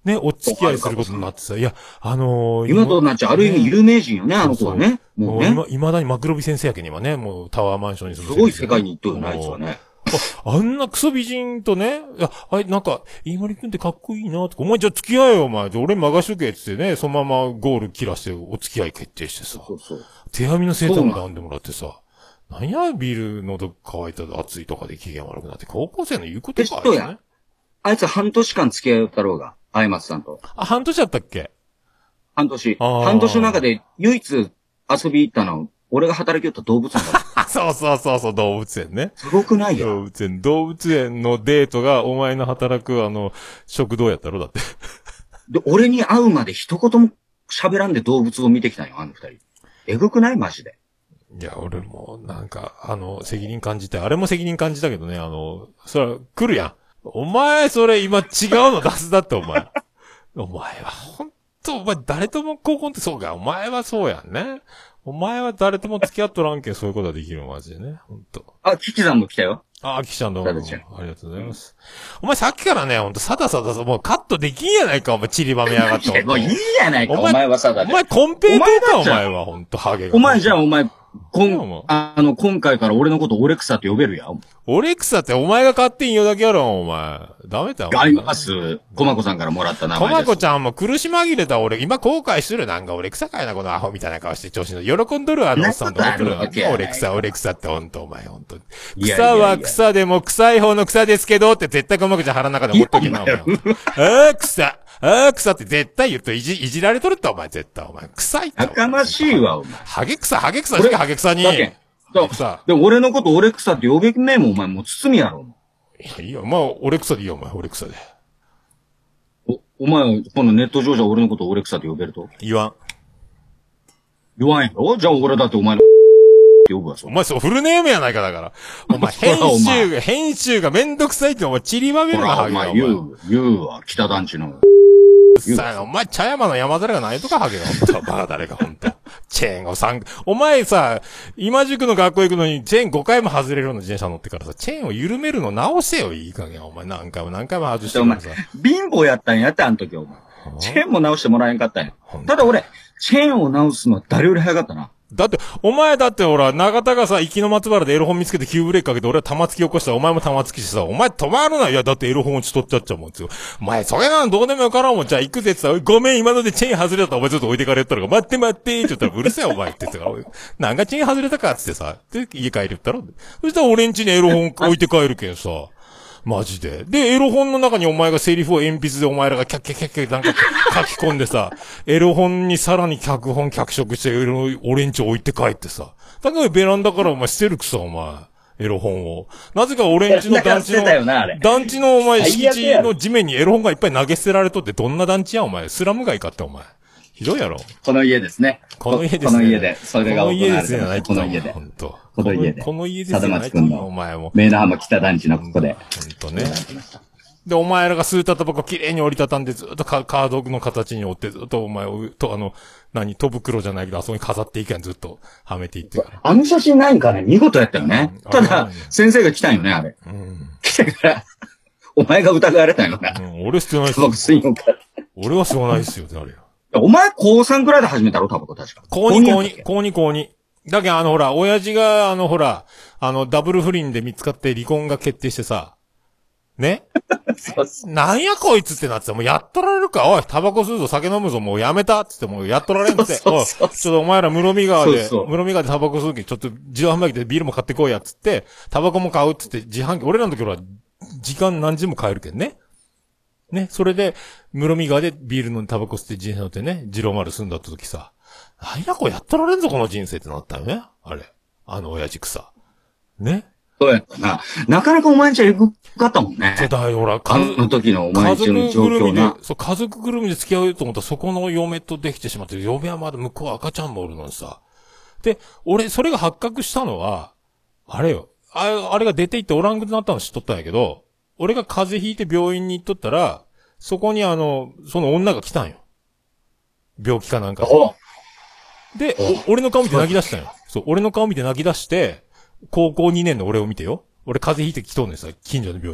ね、お付き合いすることになってさ、いや、あのー、 今となっちゃある意味有名人よね、あの子はね。もうね。 今、未だにマクロビ先生やけにはね、もうタワーマンションに住む。すごい世界に行っとるな、あいつはね。 あ、あんなクソ美人とね、いや、あい、なんか、飯森くんってかっこいいなとか、お前じゃあ付き合えよ、お前。俺任しとけ、つってね、そのままゴール切らしてお付き合い決定してさ。そうそう。手編みのセーターも編んでもらってさ。なんや、ビール喉乾いた暑いとかで機嫌悪くなって、高校生の言うことか、 あいつね。あいつ半年間付き合いよったろうが、あいまつさんと。 あ、半年だったっけ？ 半年。半年の中で唯一遊び行ったの、俺が働きよった動物園だった。 そうそうそうそう、動物園ね。 すごくないよ。 動物園。動物園のデートがお前の働くあの、食堂やったろだって。 で、俺に会うまで一言も喋らんで動物を見てきたんよ、あの二人。えぐくないマジで。 いや、俺も、なんか、あの、責任感じて、あれも責任感じたけどね、あの、それは来るやん。お前、それ今違うの出すだって、お前。お前は、ほんと、お前誰とも高校ってそうか、お前はそうやんね。お前は誰とも付き合っとらんけん、そういうことはできるの、マジでね。ほんと。 あ、キキさんも来たよ。 あ、キキちゃんどうも。ありがとうございます。お前さっきからね、ほんと、さださださ、もうカットできんやないか、お前、散りばめやがって。 もういいやないか、お前はさだ。 お前、コンペイトーか、お前は、ほんと、ハゲが。 お前じゃあ、お前、こん、あの、今回から俺のことオレクサって呼べるやん。 オレクサってお前が勝手に言うだけやろ、お前。ダメだよ。 ガイマス、コマコさんからもらった名前です。 コマコちゃんも苦し紛れた俺、今後悔するなんかオレクサかいな、このアホみたいな顔して調子の。喜んどるあのおっさんと思ってるわけ。オレクサ、オレクサってほんと、お前ほんと。草は草でも臭い方の草ですけどって絶対コマコちゃん腹の中で思っとけな、お前。ああ、草。ああ、草って絶対言うといじ、いじられとるって、お前絶対、お前。臭いって。 やかましいわ、お前。 ハゲ草、ハゲ草しかハゲ草に。 でも俺のことオレクサって呼べねえもん、お前もう包みやろ。 いや、いいよ。まあ、オレクサでいいよ、お前、オレクサで。 お、お前、このネット上じゃ俺のことオレクサって呼べると言わん。 言わんやろ？じゃあ俺だってお前のって呼ぶわ、 お前そう、フルネームやないかだから。お前、編集が、編集がめんどくさいってお前、散りばめるな、ハゲが。 お前、言う、言うわ、北団地の。 さあ、お前、茶山の山猿がないとか、ハゲが、ほんと、バカ誰が、ほんと。チェーンを三、お前さ、今塾の学校行くのに、チェーンごかいも外れるの自転車乗ってからさ、チェーンを緩めるの直せよ、いい加減。お前、何回も何回も外してるからさ。 貧乏やったんやって、あの時、お前。チェーンも直してもらえんかったんや。ただ俺、チェーンを直すのは誰より早かったな。 だって、お前だってほら、長田がさ、行きの松原でエロ本見つけて急ブレーキかけて、俺は玉突き起こしたら、お前も玉突きしてさ、お前止まるな。いや、だってエロ本落ち取っちゃっちゃうもんですよ。お前、それなんどうでもよからんもん。じゃあ行くぜってさ、ごめん、今のでチェーン外れたったらお前ちょっと置いてかれったら、待って待ってって言ったら、うるせえお前って言ってたから、なんかチェーン外れたかっつってさ、で、家帰るったら、そしたら俺ん家にエロ本置いて帰るけんさ。マジで。で、エロ本の中にお前がセリフを鉛筆でお前らがキャッキャッキャッキャッなんか書き込んでさ、エロ本にさらに脚本脚色してエロ、俺んち置いて帰ってさ。だからベランダからお前捨てるくさ、お前。エロ本を。なぜか俺んちの団地の、団地のお前敷地の地面にエロ本がいっぱい投げ捨てられとってどんな団地やお前。スラム街かってお前。ひどいやろ。 この家ですね。 この家ですね。 この家で。それが行われてこの家ですね。ないこの家で。 ほんと。 この家で。 この家ですね。佐田松くんの。 お前も。 メイナ浜北団地のここで。 ほんとね。で、お前らが吸うたタバコきれいに折りたたんでずっとカードの形に折ってずっとお前を、と、あの、何、戸袋じゃないけど、あそこに飾っていけんずっとはめていってから。 あの写真ないんかね見事やったよね。うん、ただ、先生が来たんよね、あれ。うん。来てから、お前が疑われたんよな。 うん、俺吸ってないっすよ。タバコ吸いよか。 俺は吸わないっすよってなるよ。 お前、高さんくらいで始めたろ、タバコ確か。 高に、高に、高に、高に。だけど、あの、ほら、親父が、あの、ほら、あの、ダブル不倫で見つかって離婚が決定してさ、ねなんやこいつってなってた。もうやっとられるかおい、タバコ吸うぞ、酒飲むぞ、もうやめたっつってもうやっとられんって。おい、ちょっとお前ら室見川で、そうそう室見川でタバコ吸うけちょっと自動販売機でビールも買ってこいやっつって、タバコも買うっつって自販機、俺らの時は時間何時も買えるけんね。ね、それで、室見川でビールのタバコ吸って自転車乗ってね、二郎丸住んだった時さ、なんやこれやっとられんぞ、この人生ってなったよね。あれ。あの親父草。ね。 そうやったな。なかなかお前んちはエグかったもんね。 そうだよ、ほら、 あの時のお前んちの状況な。 そう、家族ぐるみで付き合うと思ったらそこの嫁とできてしまって、嫁はまだ向こう赤ちゃんもおるのにさ。で、俺、それが発覚したのは、あれよ。あれ、あれが出て行っておらんくなったの知っとったんやけど、俺が風邪ひいて病院に行っとったら、そこにあの、その女が来たんよ。病気かなんかで。で、俺の顔見て泣き出したんよ。そう、俺の顔見て泣き出して、高校にねんの俺を見てよ。俺風邪ひいて来とんねんさ、近所の病院に。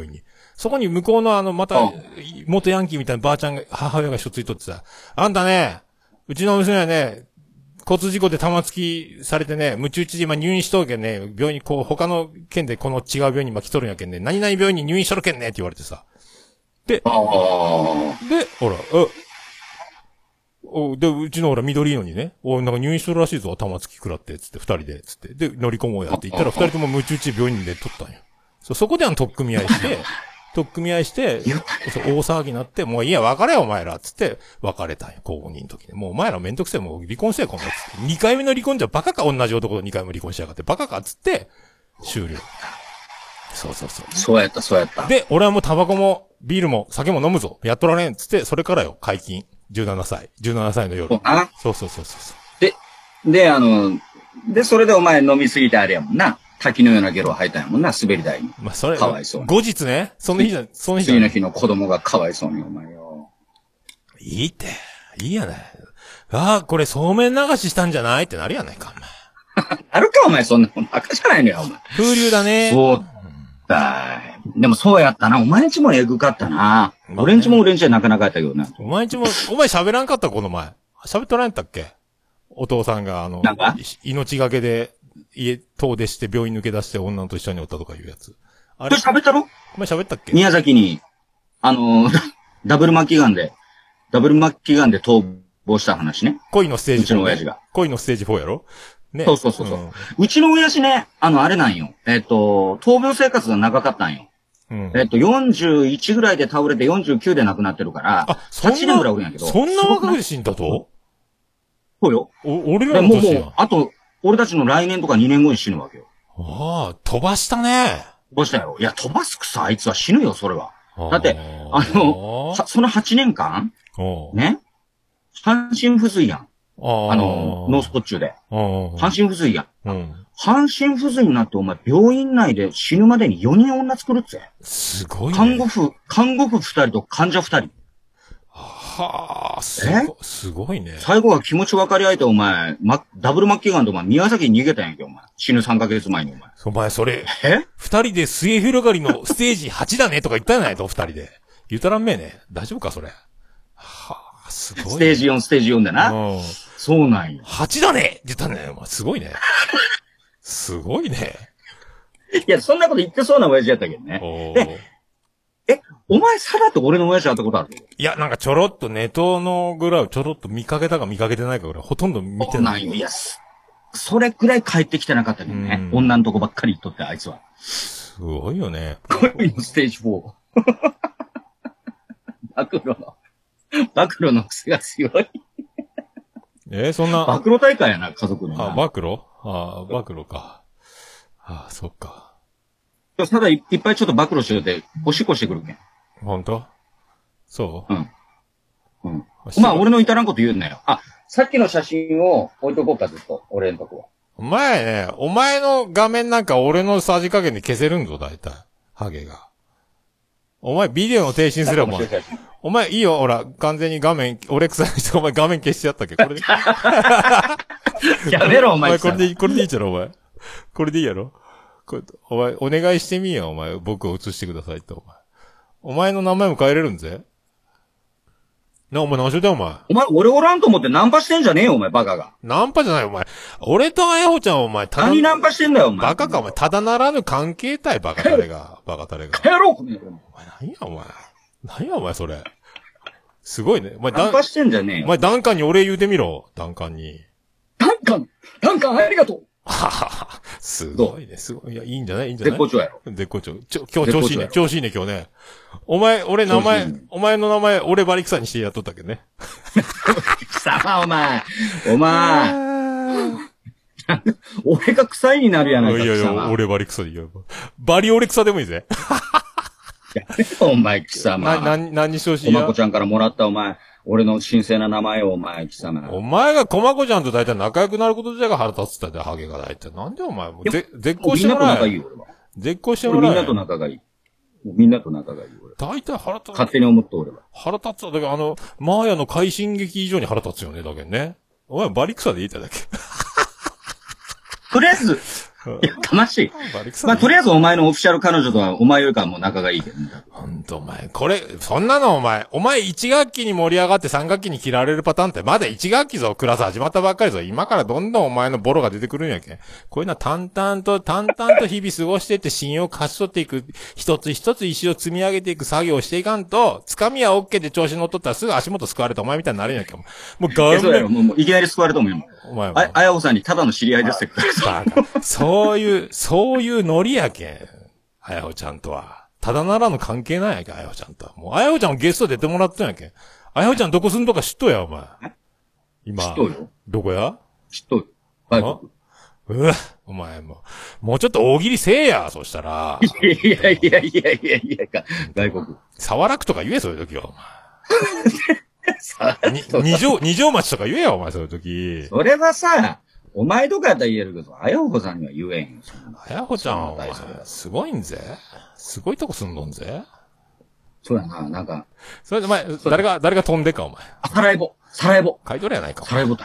そこに向こうのあの、またうん、 元ヤンキーみたいなばあちゃんが、母親がしょっついとってさ、あんたね、うちの娘はね、交通事故で玉突きされてね、ムチ打ちで今入院しとるけんね、病院にこう、他の県でこの違う病院に今来とるんやけんね、何々病院に入院しとるけんねって言われてさ。で、 ああ。 で、ほら、お、で、うちのほら、緑のにね、お、なんか入院しとるらしいぞ、玉突き食らって、つって、二人で、つって。で、乗り込もうやって言ったら、二人ともムチ打ちで病院で取ったんよ。そう、そこであの、取っ組み合いして、取っ組み合いして、そう、大騒ぎになって、もういいや、別れよ、お前ら、つって、別れたんよ、高校にの時に。もうお前らめんどくせえ、もう離婚せえ、こんなつって。二回目の離婚じゃバカか、同じ男と二回目離婚しやがって、バカか、つって、終了。そうそうそう。 そうやった、そうやった。 で、俺はもうタバコも、ビールも、酒も飲むぞ。やっとられん、つって、それからよ、解禁。じゅうななさい。じゅうななさいの夜。そうそうそうそうそう。 で、で、あの、で、それでお前飲みすぎてあれやもんな。滝のようなゲロを吐いたんやもんな、滑り台に。 まあ、それ、 かわいそう。 後日ね、その日じゃ、その日じゃ。 次の日の子供がかわいそうに、お前よ。 いいって。いいやない。ああ、これそうめん流ししたんじゃないってなるやないか、お前。 あるか、お前、そんなもん。赤じゃないのよ、お前。 風流だね。 そうだい。でもそうやったな。お前んちもエグかったな。俺んちも俺んちはなかなかやったけどな。 お前んちも、お前喋らんかった、この前。喋っとらんやったっけ？お父さんが、あの、命がけで、家、遠出して病院抜け出して女と一緒におったとかいうやつ。 あれ喋ったろ？ お前喋ったっけ？ 宮崎に、あの、ダブル末期ガンで、ダブル末期ガンで逃亡した話ね。 恋のステージフォー、ね。 うちの親父が。 恋のステージフォーやろ？ね。 そうそうそうそう、うん。うちの親父ね、あの、あれなんよ。えっ、ー、と、闘病生活が長かったんよ。うん、えっ、ー、と、よんじゅういちぐらいで倒れてよんじゅうきゅうで亡くなってるから、あ、はちねんぐらいおるんやけど。 そんな若くで死んだと？ そうよ。 お、俺らの年や。 もう、もう、あと、俺たちの来年とかにねんごに死ぬわけよ。 ああ、飛ばしたね。 飛ばしたよ。いや、飛ばすくさ、あいつは死ぬよ、それは。だって、あの、そのはちねんかんね。半身不随やん。あの、ノースポッチュで。半身不随やん。うん、半身不随になってお前、病院内で死ぬまでによにん女作るっつ。 すごいね。 看護婦、看護婦ふたりと患者ふたり。 はあ、すご、すごいね。 最後は気持ち分かり合えてお前、ま、ダブル末期ガンとお前、宮崎に逃げたんやんけ、お前。死ぬさんかげつまえにお前。 お前、それ。 え二人で末広がりのステージはちだねとか言ったやないと、二人で。言ったらんめえね。大丈夫か、それ。はあ、すごい、ね。 ステージよん、ステージよんだな。うん。そうなんよ。 はちだねって言ったんだよ、お前。すごいね。すごいね。 いや、そんなこと言ってそうな親父やったけどね。おー。え、お前さらって俺の親父会ったことある？ いや、なんかちょろっとネトのぐらいをちょろっと見かけたか見かけてないかぐらい、ほとんど見てない。 いや、それくらい帰ってきてなかったけどね。女のとこばっかり言っとって、あいつは。 すごいよね。 恋のステージフォー。暴露の、暴露の癖が強い。 えー、そんな。 暴露大会やな、家族の。 あ、暴露？あ、暴露か。あ、そっか。 ただい、いっぱいちょっと暴露しようて、おしっこしてくるけん。 ほんと？そううん。うん。まあ、俺の至らんこと言うんなよ。あ、さっきの写真を置いとこうか、ずっと。俺のとこは。 お前ね、お前の画面なんか俺のさじ加減で消せるんぞ、大体。ハゲが。お前ビデオの停止にすればお前。お前いいよ、ほら、完全に画面、俺臭い人お前画面消してやったっけこれで。 やめろ、お前。 お前これでいい、これでいいじゃろ、お前。これでいいやろ。これお前、お願いしてみよ、お前。僕を映してくださいって、お前。お前の名前も変えれるんぜ。な、お前何しようだよ、お前。 お前、俺おらんと思ってナンパしてんじゃねえよ、お前、バカが。 ナンパじゃない、お前。俺とあやほちゃんはお前、 ただ。何ナンパしてんだよ、お前。 バカか、お前。ただならぬ関係体、バカタレが。バカタレが。 帰ろう、この野郎。 お前、何や、お前。何や、お前、それ。すごいね。お前、 ナンパしてんじゃねえよ。 お前、ダンカンにお礼言うてみろ。ダンカンに。 ダンカンダンカンありがとうははは。すごいね、すごい。いや、いいんじゃないいいんじゃない絶好調やろ。 絶好調。ちょ、今日調子いいね。調子いいね、今日ね。お前、俺名前、お前の名前、俺バリクサにしてやっとったけどね。 貴様、お前。お前。俺が臭いになるやないか、 いやいや、俺バリクサでいいよ。バリオレクサでもいいぜ。 やめろ、お前、貴様。 な、な、何にしてほしいや。おまこちゃんからもらったお前。俺の神聖な名前をお前、貴様。 お前がこまこちゃんと大体仲良くなること自体が腹立つってたで、ハゲが大体。なんでお前もう、ぜ、絶好してもらえ。 みんなと仲いいよ、俺は。 絶好してもらえ。 みんなと仲がいい。みんなと仲がいい、俺。 大体腹立つ。 勝手に思って俺は。 腹立つわ。だからあの、マーヤの快進撃以上に腹立つよね、だけどね。お前バリクサで言いたいだけ。 とりあえず、 いや、かましい。 バリクサまあ、とりあえずお前のオフィシャル彼女とはお前よりかはもう仲がいいけどね。 ほんとお前、これ、そんなのお前、お前いち学期に盛り上がってさん学期に嫌われるパターンってまだいち学期ぞ、クラス始まったばっかりぞ。今からどんどんお前のボロが出てくるんやけん。こういうのは淡々と、淡々と日々過ごしていって信用を勝ち取っていく、一つ一つ石を積み上げていく作業をしていかんと、つかみは OK で調子乗っとったらすぐ足元救われたお前みたいになるんやけん。もういや、そうやろ。 顔面、 もう、もういきなり救われたもん、今。 お前も。 あ、あやほさんにただの知り合いですって。 バカそういう、そういうノリやけん。あやほちゃんとは。ただならぬ関係ないやけん、あやほちゃんとは。もう、あやほちゃんもゲスト出てもらったんやけん。あやほちゃんどこ住んどか知っとや、お前。今。 知っとるよ。 どこや知っとる。外国。 うわ、お前もう、もうちょっと大喜利せえや、そしたら。 いやいやいやいやいやいやか、外国。 沢楽とか言え、そういう時は、おさ前。に、二条、二条町とか言えや、お前、そういう時。 それはさ、お前とかやったら言えるけど、あやほさんには言えんよ。そんなあやほちゃんは、お前そんな大、 すごいんぜ。すごいとこ住んどんぜ。 そうやな、なんか。 それで、お前、誰が、誰が飛んでか、お前。 あ、サラエボ。サラエボ。 買い取れやないか、お前サラエボだ。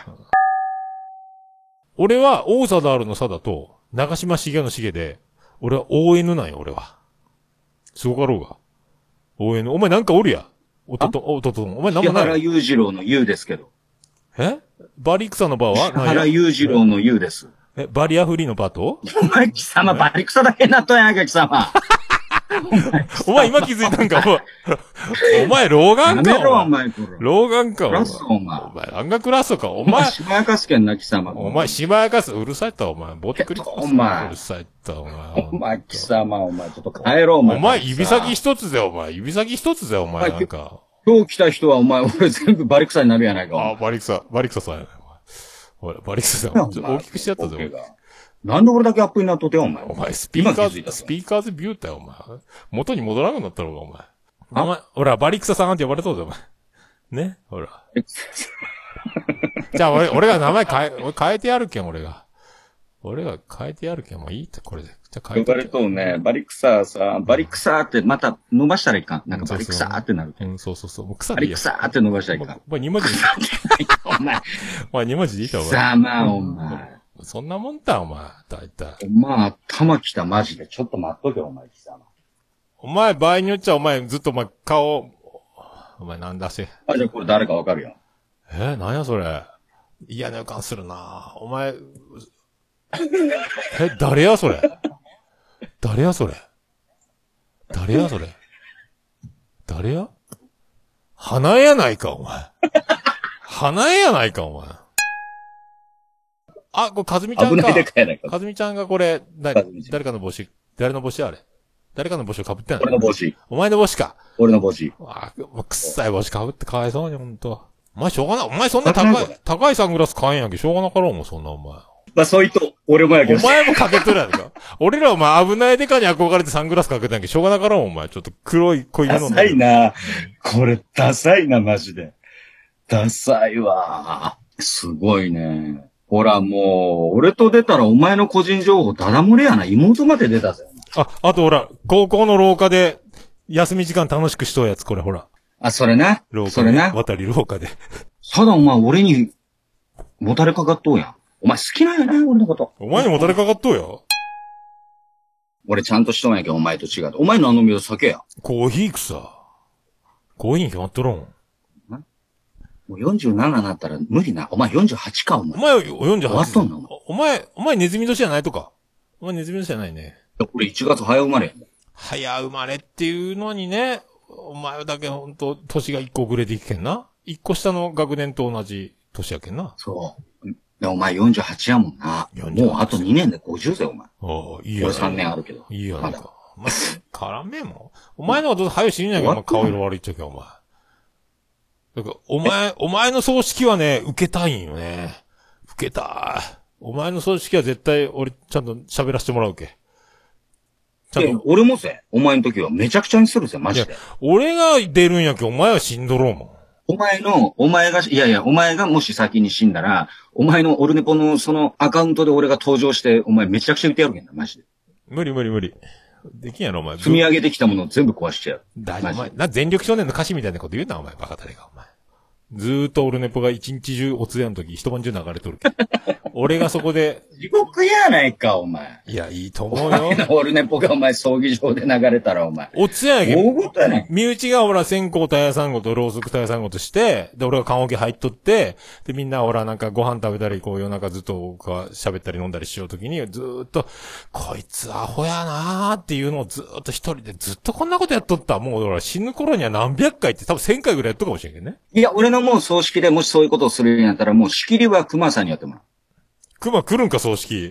俺は、王貞治の貞と、長島茂の茂で、俺は オーエヌ なんよ、俺は。すごかろうが。オーエヌ、お前なんかおるや。おとと、おとと、お前なん木もない。 原裕次郎の裕ですけど。 えバリクサのバーは木原裕次郎の裕です。 え、バリアフリーのバーとお前貴様バリクサだけになっとんやんか、貴様。 お前今気づいたんか、お前。お前、老眼か。 やめろ、おお前。 前、これ。 老眼か、お前。 クラスお前お前、暗学クラスか。おお前、 前、 しばやかすけんな、貴様。 お前、しばやかす。うるさいった、お前。ボテクリスマス。 お前うるさいった、お前。 お前、貴様、お前、ちょっと帰ろう、お前。 お前、指先一つぜ、お前。指先一つぜ、お前、なんか。 今日来た人は、お前、俺全部バリクサになるやないか。 あ、バリクサ、バリクサさんやね。ほら、バリクサさん。ちょっと大きくしちゃったぜ、 なんで俺だけアップになっとてよ、お前。 お前、スピーカーズ、 今気づいたスピーカーズビューター、お前。元に戻らなくなったろうが、お前。お前、ほら、バリクサさんって呼ばれとうぜ、お前。ねほら。じゃあ、俺、俺が名前変え、俺変えてやるけん、俺が。俺が変えてやるけん、もういいって、これで。じゃあ変えて。 呼ばれとうね、バリクサーさ、バリクサーってまた伸ばしたらいかん。なんかバリクサーってなる。 うん、そうそうそう。もう草バでいいや。 リクサーって伸ばしたらいかん。 お前二文字でいい。 お前、 お前二文字でいいか、お前。 ざまあ、お前。 そんなもんだ、お前。だいたい。 お前、頭きた、マジで。ちょっと待っとけ、お前、貴様。 お前、場合によっちゃ、お前、ずっとお前、顔、お前、なんだし。 あ、じゃあこれ誰かわかるよ。 えー、なんやそれ。嫌な予感するなお前、え、誰やそれ。誰やそれ。誰やそれ。誰や花江やないか、お前。花江やないか、お前。あ、これ、かずみちゃんか。 危ないでかやないか。 かずみちゃんがこれ、だかずみちゃん誰かの帽子、誰の帽子あれ。誰かの帽子を被ってない。 俺の帽子。 お前の帽子か。 俺の帽子。 あ、もうくっさい帽子被ってかわいそうに、ほんと。お前しょうがない。お前そんな高危ないい、高いサングラス買えんやんけ。しょうがなかろうもん、そんなお前。 まあ、そういと、俺もやけど。 お前もかけとるやんか。俺らお前危ないデカに憧れてサングラスかけたんやんけ。しょうがなかろうもん、お前。ちょっと黒い濃いめの。 ダサいな。これ、ダサいな、マジで。ダサいわ。すごいね。ほら、もう、俺と出たらお前の個人情報ダダ漏れやな。妹まで出たぜ。 あ、あとほら、高校の廊下で、休み時間楽しくしとうやつ、これほら。 あ、それな。 廊下で。 それな。 渡り廊下で。 ただお前、俺に、もたれかかっとうやん。お前好きなんやな、俺のこと。 お前にもたれかかっとうよ。 俺ちゃんとしとんやけど、お前と違う。お前のあの水酒や。 コーヒーくさ。コーヒーに決まっとろん。 もうよんじゅうななになったら無理な。お前よんじゅうはちか、お前。 お前よんじゅうはち。 終わっとんのお前、お前ネズミ年じゃないとか。お前ネズミ年じゃないね。 俺いちがつ早生まれやん。 早生まれっていうのにね、お前だけほんと、年がいっこ遅れていくけんな。いっこ下の学年と同じ年やけんな。 そう。でお前よんじゅうはちやもんな。 よんじゅうはちもうあとにねんでごじゅうぜ、お前。 ああ、いいや俺さんねんあるけど。 いいやないまだか。お前、絡めんもん。お前のはどうせ早死にないけど、お前顔色悪いっちゃうけど、お前。だから、お前、お前の葬式はね、受けたいんよね。受けたい。お前の葬式は絶対、俺、ちゃんと喋らせてもらうけ。ちゃんと。 俺もぜ、お前の時はめちゃくちゃにするぜ、マジで。 俺が出るんやけど、お前は死んどろうもん。 お前の、お前が、いやいや、お前がもし先に死んだら、お前のオルネポのそのアカウントで俺が登場して、お前めちゃくちゃ言ってやるけんな、マジで。 無理無理無理。できんやろ、お前。 積み上げてきたものを全部壊しちゃう。 だ、お前、な、全力少年の歌詞みたいなこと言うな、お前、バカタレが、お前。 ずーっとオルネポが一日中お通夜の時一晩中流れとるけど。俺がそこで。 地獄やないか、お前。 いや、いいと思うよ。 オルネポがお前葬儀場で流れたらお前。 お通夜やけど。 大ごとやね。 身内がほら線香たやさんごとろうそくたやさんごとして、で、俺が棺桶入っとって、で、みんなほらなんかご飯食べたり、こう夜中ずっと喋ったり飲んだりしようときに、ずーっと、こいつアホやなーっていうのをずーっと一人でずっとこんなことやっとった。もうほら死ぬ頃には何百回って多分千回ぐらいやっとるかもしれんけどね。 いや、俺のもう葬式でもしそういうことをするようになったら、もう仕切りは熊さんにやってもらう。 熊来るんか、葬式。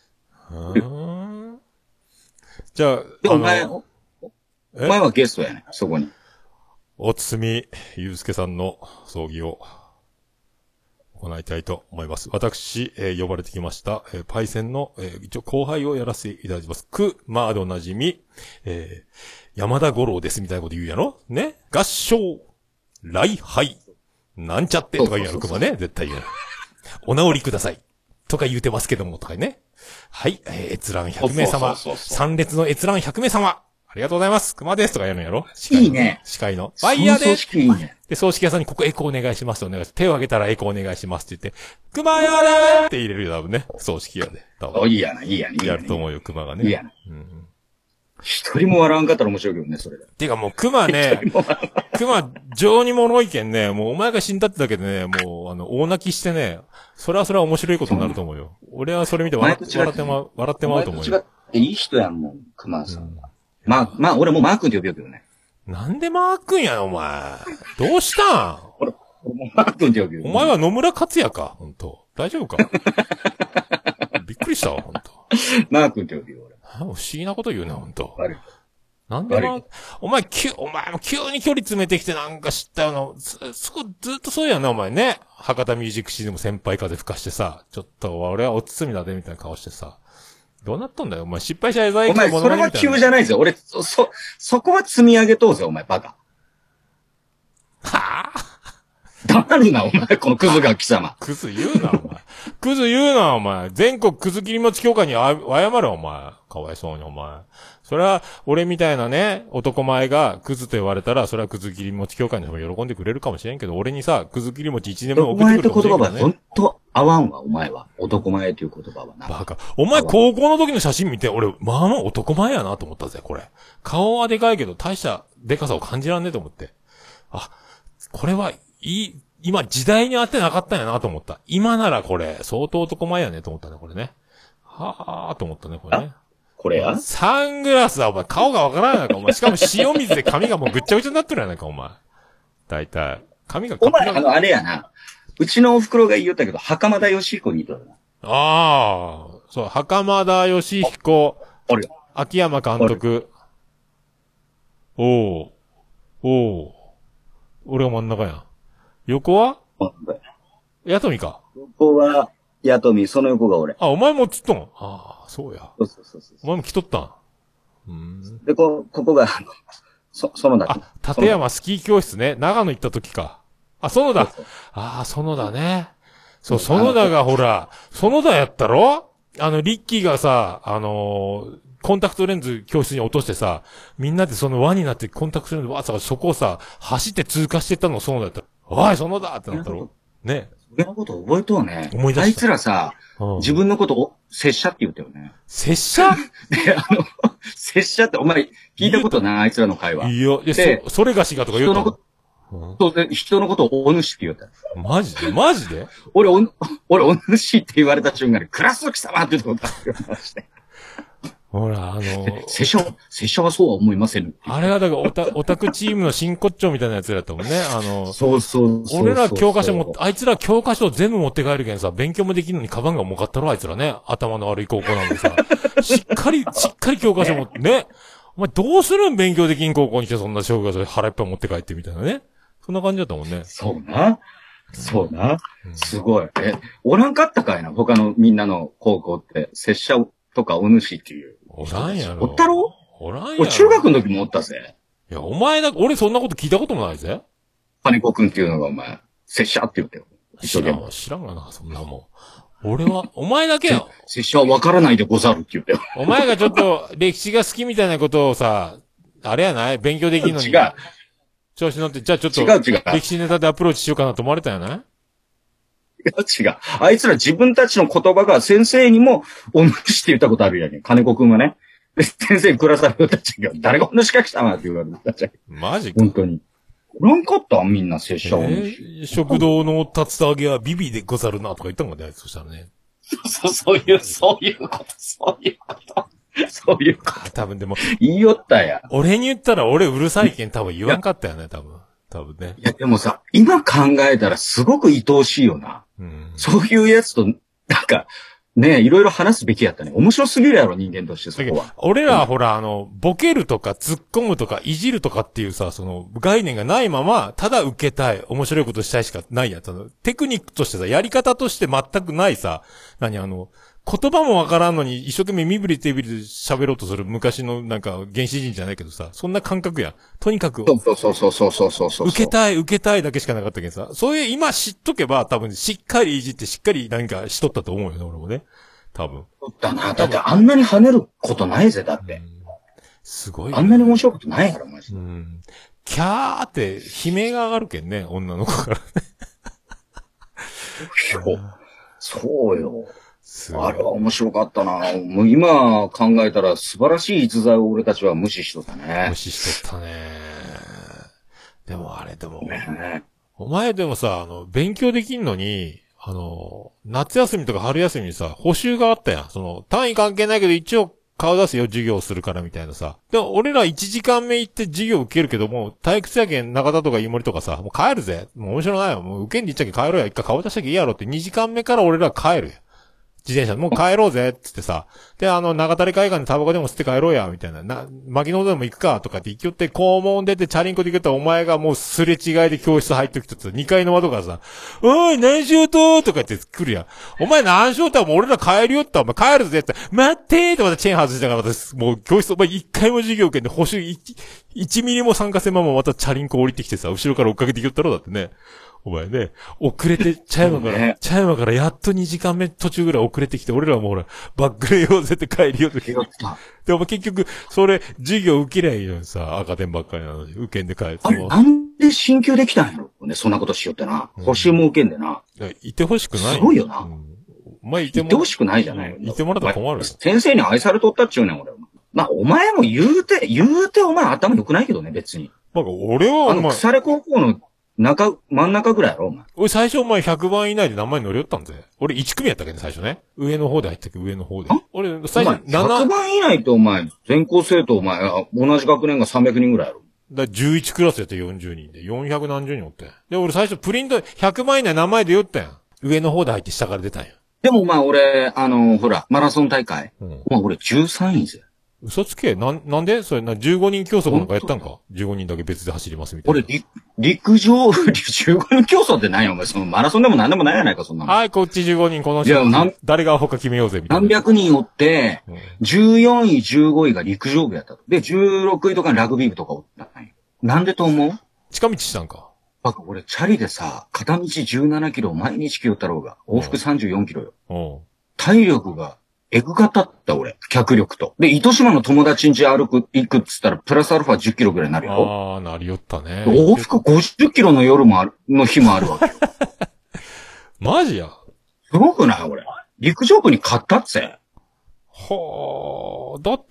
じゃあ、 で、お前、お前はゲストやね、そこに。 おつすみゆうすけさんの葬儀を行いたいと思います。私、えー、呼ばれてきました、えー、パイセンの、えー、一応後輩をやらせていただきます。く、まーでおなじみ、えー、山田五郎ですみたいなこと言うやろね合唱、礼拝、なんちゃってとか言うやろ、熊ね。絶対言うやろ。お直りください。とか言うてますけども、とかね。はい、えー、閲覧ひゃくめい様。参列の閲覧ひゃくめい様。ありがとうございます。熊ですとかやるんやろいいね。 司会の。バイヤーで。 葬式いいね。 で、葬式屋さんにここエコーお願いしますとお願いします。手を挙げたらエコーお願いしますって言って、熊屋でーって入れるよ、多分ね。葬式屋で。多分。 いいやな、いいやな、いいやな。 やると思うよ、熊がね。 いいやな。 うん。 一人も笑わんかったら面白いけどね、それで。 てかもう熊ね、熊、情に脆いけんね、もうお前が死んだってだけでね、もう、あの、大泣きしてね、それはそれは面白いことになると思うよ。俺はそれ見て笑って笑ってまう、笑ってまうと思うよ。 違っていい人やん、もう、熊さんは。まあ、まあ、俺もマー君って呼びようけどね。 なんでマー君やの、お前。どうしたん俺、俺もマー君って呼びよう。 お前は野村克也か、ほんと。大丈夫かびっくりしたわ、ほんと。 マー君って呼びよう、俺。 不思議なこと言うね、ほんと。 悪い。 なんでま、お前、急、お前も急に距離詰めてきてなんか知ったよな。そ、そこずっとそうやんな、お前ね。博多ミュージックシーでも先輩風吹かしてさ、ちょっと俺はおつつみだでみたいな顔してさ。どうなったんだよ、お前失敗者映像お前、それは急じゃないぜ。俺、そ、そ、そこは積み上げとうぜ、お前、バカ。 はぁ、あ、 黙るな、お前、このクズが貴様。 クズ言うな、お前。クズ言うな、お前。全国クズ切り持ち協会にあ謝る、お前。かわいそうに、お前。それは、俺みたいなね、男前がクズと言われたら、それはクズ切り持ち協会の人も喜んでくれるかもしれんけど、俺にさ、クズ切り持ち一年目送ってくるかもしれんけどね。 お前って言葉はほんと合わんわ、お前は。男前という言葉はな。 バカ。お前高校の時の写真見て、俺、まあまあ男前やなと思ったぜ、これ。顔はでかいけど、大したでかさを感じらんねえと思って。あ、これは、いい、今時代に合ってなかったんやなと思った。今ならこれ、相当男前やねと思ったね、これね。はぁーと思ったね、これね。 これやサングラスはお前顔がわからないのか、お前。しかも塩水で髪がもうぐっちゃぐちゃになってるやないか、お前。大体。髪がお前、あの、あれやな。うちのお袋が言いよったけど、袴田義彦に言いとるな。 ああ、そう、袴田義彦。 あれ秋山監督。おう。おう。俺が真ん中やん。横はやとみか。 横は、やとみ、その横が俺。 あ、お前もつっとん。ああ、そうや。 そうそうそうそう。 お前も来とったん。うん。 で、こ、ここが、そ、そのだ。 あ、立山スキー教室ね。長野行った時か。あ、園田。ああ、園田ね。そう、園田がほら、園田やったろあの、リッキーがさ、あのー、コンタクトレンズ教室に落としてさ、みんなでその輪になってコンタクトレンズわーさ、そこをさ、走って通過してったの園田やったら、おい、園田ってなったろね。 そんなこと覚えとうね。 思い出した。 あいつらさ、うん、自分のことを、拙者って言ったよね。 拙者で、あの、拙者ってお前聞いたことないあいつらの会話。 いや、で、そ、それがしがとか言うと。 そうで、人のことをお主って言うた。 マジでマジで俺、お、俺、お主って言われた瞬間に、クラス貴様って言うことあるよ、して。 ほら、あのー、 拙者、拙者はそうは思いません。 あれはだからオタ、オタクチームの真骨頂みたいなやつだったもんね。あのー、 そうそうそう。 俺ら教科書も、あいつら教科書全部持って帰るけんさ、勉強もできるのにカバンが重かったろ、あいつらね。頭の悪い高校なんでさ。しっかり、しっかり教科書持ってね。お前どうするん勉強できん高校にしてそんな教科書腹いっぱい持って帰ってみたいなね。そんな感じだったもんね。 そうな。そうな。うん、すごい。え、おらんかったかいな他のみんなの高校って、拙者とかお主っていう。 おらんやろ。 おったろおらんやろ。 俺中学の時もおったぜ。 いや、お前だ、俺そんなこと聞いたこともないぜ。 金子くんっていうのがお前、拙者って言ったよ。 知らんわ、知らんがな、そんなもん。俺は、お前だけよ。 拙者はわからないでござるって言ったよ。 お前がちょっと歴史が好きみたいなことをさ、あれやない勉強できるのに。 違う。 調子乗って、じゃあちょっと、 違う違う。 歴史ネタでアプローチしようかなと思われたよね。 いや違う。あいつら自分たちの言葉が先生にも、お主って言ったことあるやねん。金子くんはね。で、先生に暮らされるたちが、誰がお主か来たなって言われたち。 マジか。 本当に。おらんかったみんな拙者お主、 えー。食堂の竜田揚げはビビでござるなとか言ったもんね、そしたらね。 そう、そういう、そういうこと、そういうこと。そういうこと。 多分でも。 言いよったや。 俺に言ったら俺うるさいけん多分言わんかったよね、多分。多分ね。 いや、でもさ、今考えたらすごく愛おしいよな。うん、そういうやつと、なんか、ねえ、いろいろ話すべきやったね。面白すぎるやろ、人間としてそこは。 俺らはほら、あの、ボケるとか突っ込むとかいじるとかっていうさ、その概念がないまま、ただ受けたい、面白いことしたいしかないやつ。テクニックとしてさ、やり方として全くないさ、何あの、言葉もわからんのに一生懸命身振り手振りで喋ろうとする昔のなんか原始人じゃないけどさ、そんな感覚や。とにかく。 そうそうそうそうそうそうそう。 受けたい、受けたいだけしかなかったけどさ、そういう今知っとけば多分しっかりいじってしっかり何かしとったと思うよね、俺もね。多分。 だな。だってあんなに跳ねることないぜ、だって。 すごい、 ね。あんなに面白いことないやろ、マジで。 うん。キャーって悲鳴が上がるけんね、女の子からね。 そうよ。あれは面白かったな。もう今考えたら素晴らしい逸材を俺たちは無視しとったね。 無視しとったね。でもあれでも、ね、お前でもさ、あの、勉強できんのに、あの、夏休みとか春休みにさ、補習があったやん。その、単位関係ないけど一応顔出すよ、授業するからみたいなさ。でも俺らいちじかんめ行って授業受けるけども、体育やけん中田とか湯森とかさ、もう帰るぜ。もう面白ないよ。もう受けんで言っちゃけ帰ろうや。一回顔出しときゃいいやろってにじかんめから俺ら帰るや。自転車、もう帰ろうぜ、つってさ。で、あの、長垂海岸でタバコでも吸って帰ろうや、みたいな。な、牧野でも行くか、とかって行きよって、校門出てチャリンコで行くとお前がもうすれ違いで教室入ってきてさ、にかいの窓からさ、おい、何しようととか言って来るやん。お前何しようともう俺ら帰るよって、お前帰るぜって、待ってーってまたチェーン外してから私、もう教室お前いっかいも授業受けんで補習いちミリも参加せんまままたチャリンコ降りてきてさ、後ろから追っかけてきよったろだってね。お前ね、遅れて、茶山から、ね、茶山からやっとにじかんめ途中ぐらい遅れてきて、俺らもほら、バックレようぜって帰りようとき。で、お前結局、それ、授業受けりゃいいのにさ、赤点ばっかりなのに、受けんで帰って。 あれ、なんで進級できたんやろね、そんなことしよってな。補習も受けんでな。 いや、いてほしくない。 すごいよな。うん、 お前いても。 いてほしくないじゃないよ。 いてもらったら困るよ。 先生に愛されとったっちゅうねん、俺は。まあ、お前も言うて、言うてお前頭良くないけどね、別に。 なんか、俺は、 あの、腐れ高校の、中、真ん中ぐらいやろ、お前。 俺最初お前ひゃくばん以内で何枚乗り寄ったんぜ。俺いち組やったけどね、最初ね。上の方で入ったけど、上の方で。俺、最初なな。ひゃくばん以内ってお前、全校生徒お前、同じ学年がさんびゃくにんぐらいやろ。 だじゅういちクラスやったよんじゅうにんで。よんひゃくなんじゅうにんおって。で、俺最初プリントひゃくばん以内何枚で寄ったやん。上の方で入って下から出たんや。 でもお前俺、あの、ほら、マラソン大会。うん。お前俺じゅうさんいぜ。 嘘つけ。なん、なんでそれな、じゅうごにん競争なんかやったんか ?じゅうごにんだけ別で走りますみたいな。 俺、陸上、じゅうごにん競争って何やお前、そのマラソンでも何でもないやないか、そんなの。 はい、こっちじゅうごにん、この人。誰が他決めようぜ、みたいな。 何百人おって、うん、じゅうよんい、じゅうごいが陸上部やったと。で、じゅうろくいとかラグビー部とかおったんや。なんでと思う？ 近道したんか。 バカ、俺、チャリでさ、片道じゅうななキロ毎日来よったろうが、往復さんじゅうよんキロよ。うん、体力が、エグかったった、俺。脚力と。で、糸島の友達ん家歩く、行くっつったら、プラスアルファじゅっキロぐらいになるよ。 ああ、なりよったね。 往復ごじゅっキロの夜もある、の日もあるわけよ。 マジや。 すごくない俺。陸上部に勝ったっぜ。 はあ、だって、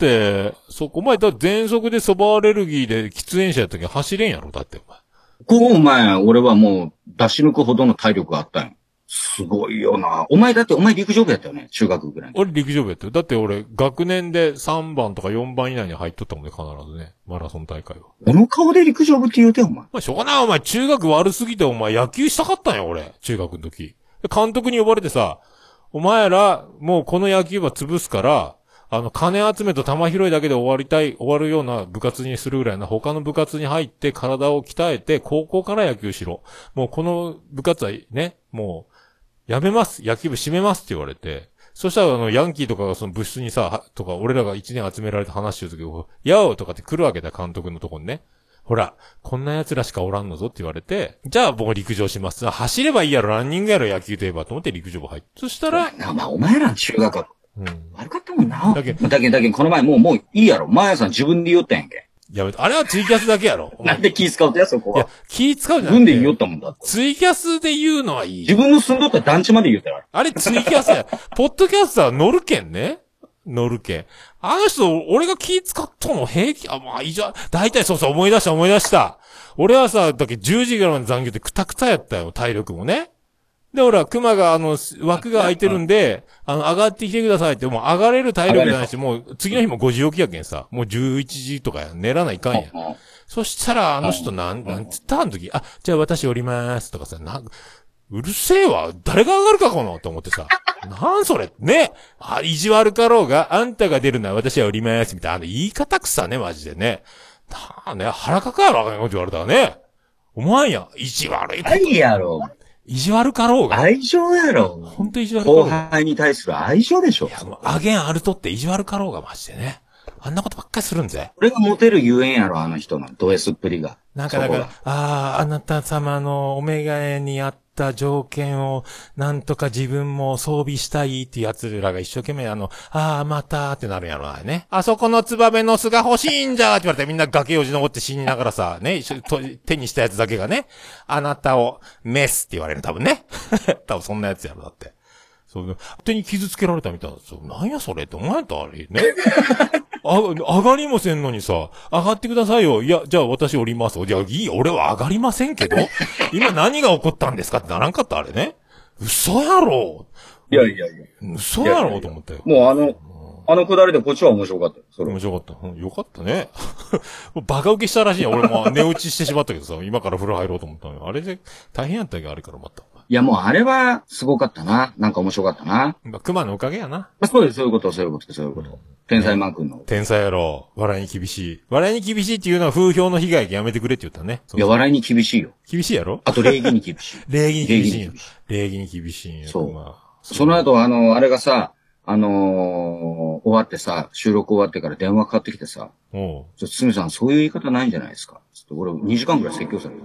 そこ、お前、だ全速でそばアレルギーで喫煙者やったけど走れんやろだって、お前。 こう、お前、俺はもう、出し抜くほどの体力があったんよ。すごいよな。お前だって、お前陸上部やったよね。中学ぐらい。 俺陸上部やったよ。だって俺、学年でさんばんとかよんばん以内に入っとったもんね、必ずね。マラソン大会は。 この顔で陸上部って言うてよ、お前。 まあ、しょうがない、お前。中学悪すぎて、お前、野球したかったんよ、俺。中学の時。監督に呼ばれてさ、お前ら、もうこの野球部は潰すから、あの、金集めと玉拾いだけで終わりたい、終わるような部活にするぐらいな、他の部活に入って体を鍛えて、高校から野球しろ。もうこの部活はね、もう、やめます。野球部閉めますって言われて。そしたらあの、ヤンキーとかがその部室にさ、とか俺らが一年集められて話してるとき、やおとかって来るわけだ、監督のとこにね。ほら、こんな奴らしかおらんのぞって言われて、じゃあ僕陸上します。走ればいいやろ、ランニングやろ、野球といえばと思って陸上部入って。そしたら、 まあ、お前らの中学は、うん、悪かったもんな。だけど、だけど、だけど、この前もう、もういいやろ。マーヤさん自分で言おったんやんけ。 やめて、あれはツイキャスだけやろ。 なんで気使うとや、そこいやは。、 気使うじゃん。 軍で言おったもんだって。 ツイキャスで言うのはいい。 自分の住んどった団地まで言うたら。 あれツイキャスや。ポッドキャスター乗るけんね。乗るけん。あの人、俺が気使ったの平気、あ、まあいいじゃん。大体そうそう思い出した思い出した。俺はさ、だっけじゅうじからの残業でクタクタやったよ、体力もね。で、ほら、熊があの、枠が空いてるんで、あの、上がってきてくださいって、もう上がれる体力じゃないし、もう次の日もごじ起きやけんさ。もうじゅういちじとかや。寝らないかんや。そしたら、あの人なん、なんつったあの時、あ、じゃあ私降りまーすとかさ、なんうるせえわ。誰が上がるかこのと思ってさ。なんそれね。あ、意地悪かろうが、あんたが出るなら私は降りまーすみたいな。あの言い方くさね、マジでね。なあね、腹かかやろ、あかんこと言われたらね。思わんや。意地悪い。 愛やろ。 意地悪かろうが。 愛情やろ。 ほんと意地悪かろう後が。 輩に対する愛情でしょ。 いや、もう、あげんあるとって意地悪かろうが、マジでね。あんなことばっかりするんぜ。 これがモテるゆえんやろ、あの人のド S っぷりが。 なんかだから、ああ、あなた様のお眼鏡に合った条件を、なんとか自分も装備したいっていう奴らが一生懸命あの、ああ、またってなるんやろな、ね。あそこのツバメの巣が欲しいんじゃって言われてみんな崖をじ登って死にながらさ、ね、一緒と手にしたやつだけがね、あなたをメスって言われる、多分ね。多分そんなやつやろ、だって。そう、手に傷つけられたみたいな。そう、なんやそれって思われたあれね。あ、上がりもせんのにさ、上がってくださいよ。いや、じゃあ私降ります。いや、いい、俺は上がりませんけど。今何が起こったんですかってならんかったあれね。嘘やろ。 いやいやいや。 嘘やろと思ったよ。 もうあの、あのくだりでこっちは面白かったよ。それ面白かった。うん、よかったね。バカ受けしたらしいや。俺も寝落ちしてしまったけどさ、今から風呂入ろうと思ったのよ。あれで大変やったけど、あれからまた。 いや、もうあれはすごかったな。なんか面白かったな。 まあ、熊のおかげやな。 まあ、そうです、そういうこと、そういうこと、そういうこと。天才マン君の。 天才やろ。笑いに厳しい。笑いに厳しいっていうのは風評の被害やめてくれって言ったね。 いや、笑いに厳しいよ。 厳しいやろあと礼儀に厳しい。 礼儀に厳しい。礼儀に厳しいんや。 そう。 まあ、 その後、あの、あれがさ、あのー、終わってさ、収録終わってから電話かかってきてさ、 おう。 ちょ、つみさん、そういう言い方ないんじゃないですかつって俺、にじかんくらい説教される。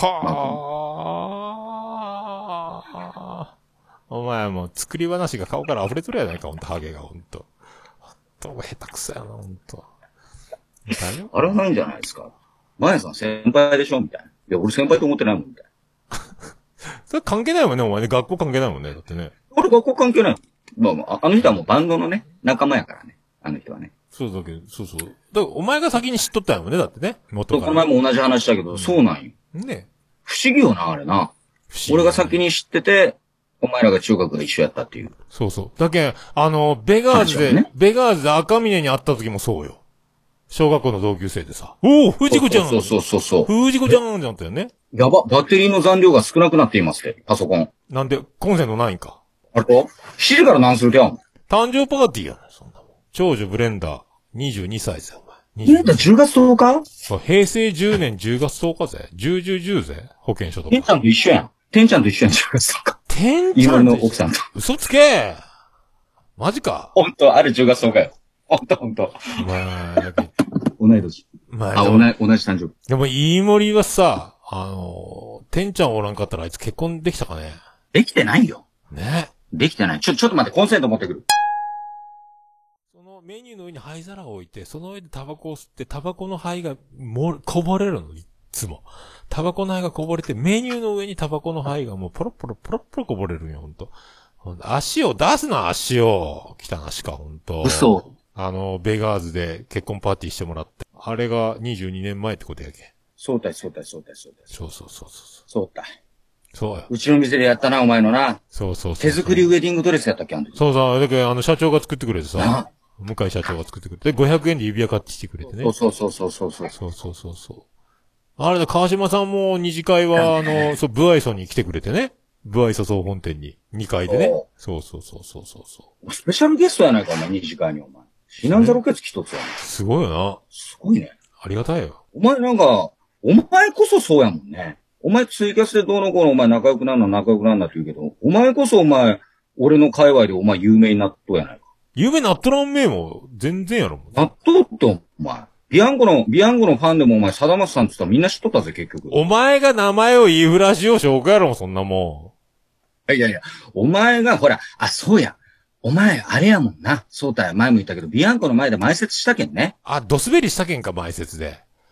はあ。お前もう作り話が顔から溢れとるやないか、ほんと、ハゲが、ほんと。ほんと、下手くそやな、ほんと。 あれはないんじゃないですかマヤさん先輩でしょみたいな。いや、俺先輩と思ってないもん、みたいな。 それ関係ないもんね、お前ね。学校関係ないもんね、だってね。 俺学校関係ない。まあまあ、あの人はもうバンドのね、仲間やからね。あの人はね。 そうだけど、そうそう。だからお前が先に知っとったんやもんね、だってね。元から。 この前も同じ話したけど、うん、そうなんよ。 ね。 不思議よな、あれな。不思議、ね。俺が先に知ってて、お前らが中学が一緒やったっていう。 そうそう。だけん、あの、ベガーズで、ね、ベガーズで赤峰に会った時もそうよ。小学校の同級生でさ。おお、藤子ちゃん。 そうそうそうそう。 藤子ちゃんってなったよね。 やば、バッテリーの残量が少なくなっていますって、パソコン。 なんで、コンセントないんか。 あれとしちじから何するてやん。 誕生パーティーやねそんなもん。長女ブレンダー、にじゅうにさいぜ、お前。 ブレンダーじゅうがつとおかそう、平成じゅうねんじゅうがつとおかぜ。じゅう、じゅう、じゅうぜ。保険証とか。 てんちゃんと一緒やん。てんちゃんと一緒やん、じゅうがつとおか。 てんちゃんの奥さんと。 嘘つけマジか。 ほんと、あれじゅうがつとおかよ。ほんとほんと。 まあ、だけ同い年。 まあ、同じ、同じ誕生日。 でも、飯森はさ、あの、てんちゃんおらんかったらあいつ結婚できたかねできてないよ。 ね。 できてない。ちょ、ちょっと待って、コンセント持ってくる。 そのメニューの上に灰皿を置いて、その上でタバコを吸って、タバコの灰がもこぼれるの、いつも。タバコの灰がこぼれて、メニューの上にタバコの灰がもうポロポロポロポロこぼれるんよ、ほんと。足を出すな、足を。汚な足か、ほんと。 嘘。 あの、ベガーズで結婚パーティーしてもらって。あれがにじゅうにねんまえってことやけ。 そうたい、そうたい、そうたい、そうたい。 そうそうそうそう。 そうたい。 そうや。 うちの店でやったな、お前のな。 そうそうそう。 手作りウェディングドレスやったっけ、あの時。 そうそう。だけど、あの、社長が作ってくれてさ。向井社長が作ってくれて。で、ごひゃくえんで指輪買ってきてくれてね。 そうそうそうそうそう。 そうそうそうそう。あれだ、川島さんも二次会は、あの、そう、ブアイソに来てくれてね。ブアイソ総本店に。にかいでね。そうそうそうそうそう。 スペシャルゲストやないか、お前、二次会に、お前。避難ザロケツ一つやね。 すごいよな。 すごいね。 ありがたいよ。 お前なんか、お前こそそうやもんね。お前ツイキャスでどうのこうのお前仲良くなるの仲良くなるんだって言うけど、お前こそお前、俺の界隈でお前有名になっとうやないか。 有名になっとらんめえも、全然やろもん。 なっとうってお前。ビアンコの、ビアンコのファンでもお前、サダマスさんって言ったらみんな知っとったぜ、結局。 お前が名前を言いふらしよう証拠やろもん、そんなもん。いやいや、お前が、ほら、あ、そうや。お前、あれやもんな。そうたや、前も言ったけど、ビアンコの前で前説したけんね。 あ、ドスベリしたけんか、前説で。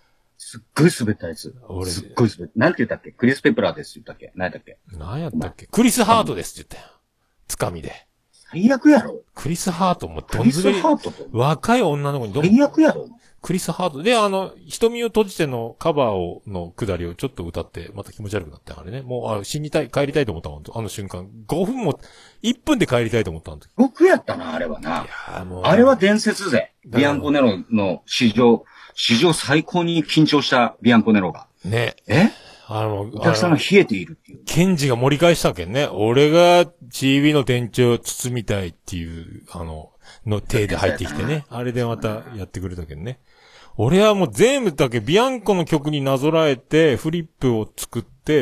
すっごい滑ったやつ。 俺すっごい滑った。なんて言ったっけクリス・ペプラーですって言ったっけ何やったっけ何やったっけクリス・ハートですって言ったよ。つかみで。 最悪やろクリス・ハートもクリス・どんずべり、 ハートと。 若い女の子にどん最悪やろクリス・ハート。で、あの、瞳を閉じてのカバーを、の下りをちょっと歌って、また気持ち悪くなったあれね。もう、あ死にたい、帰りたいと思ったもん。あの瞬間。ごふんも、いっぷんで帰りたいと思ったんだよくやったな、あれはな。 いやーもう。 あれは伝説ぜ。ビアンコネロの史上、史上最高に緊張したビアンコネロが。 ね。 えあの、 お客さんが冷えているっていう。 ケンジが盛り返したけんね。俺が チービー の店長を包みたいっていう、あの、の手で入ってきてね。あれでまたやってくれたけんね。俺はもう全部だけビアンコの曲になぞらえて、フリップを作って、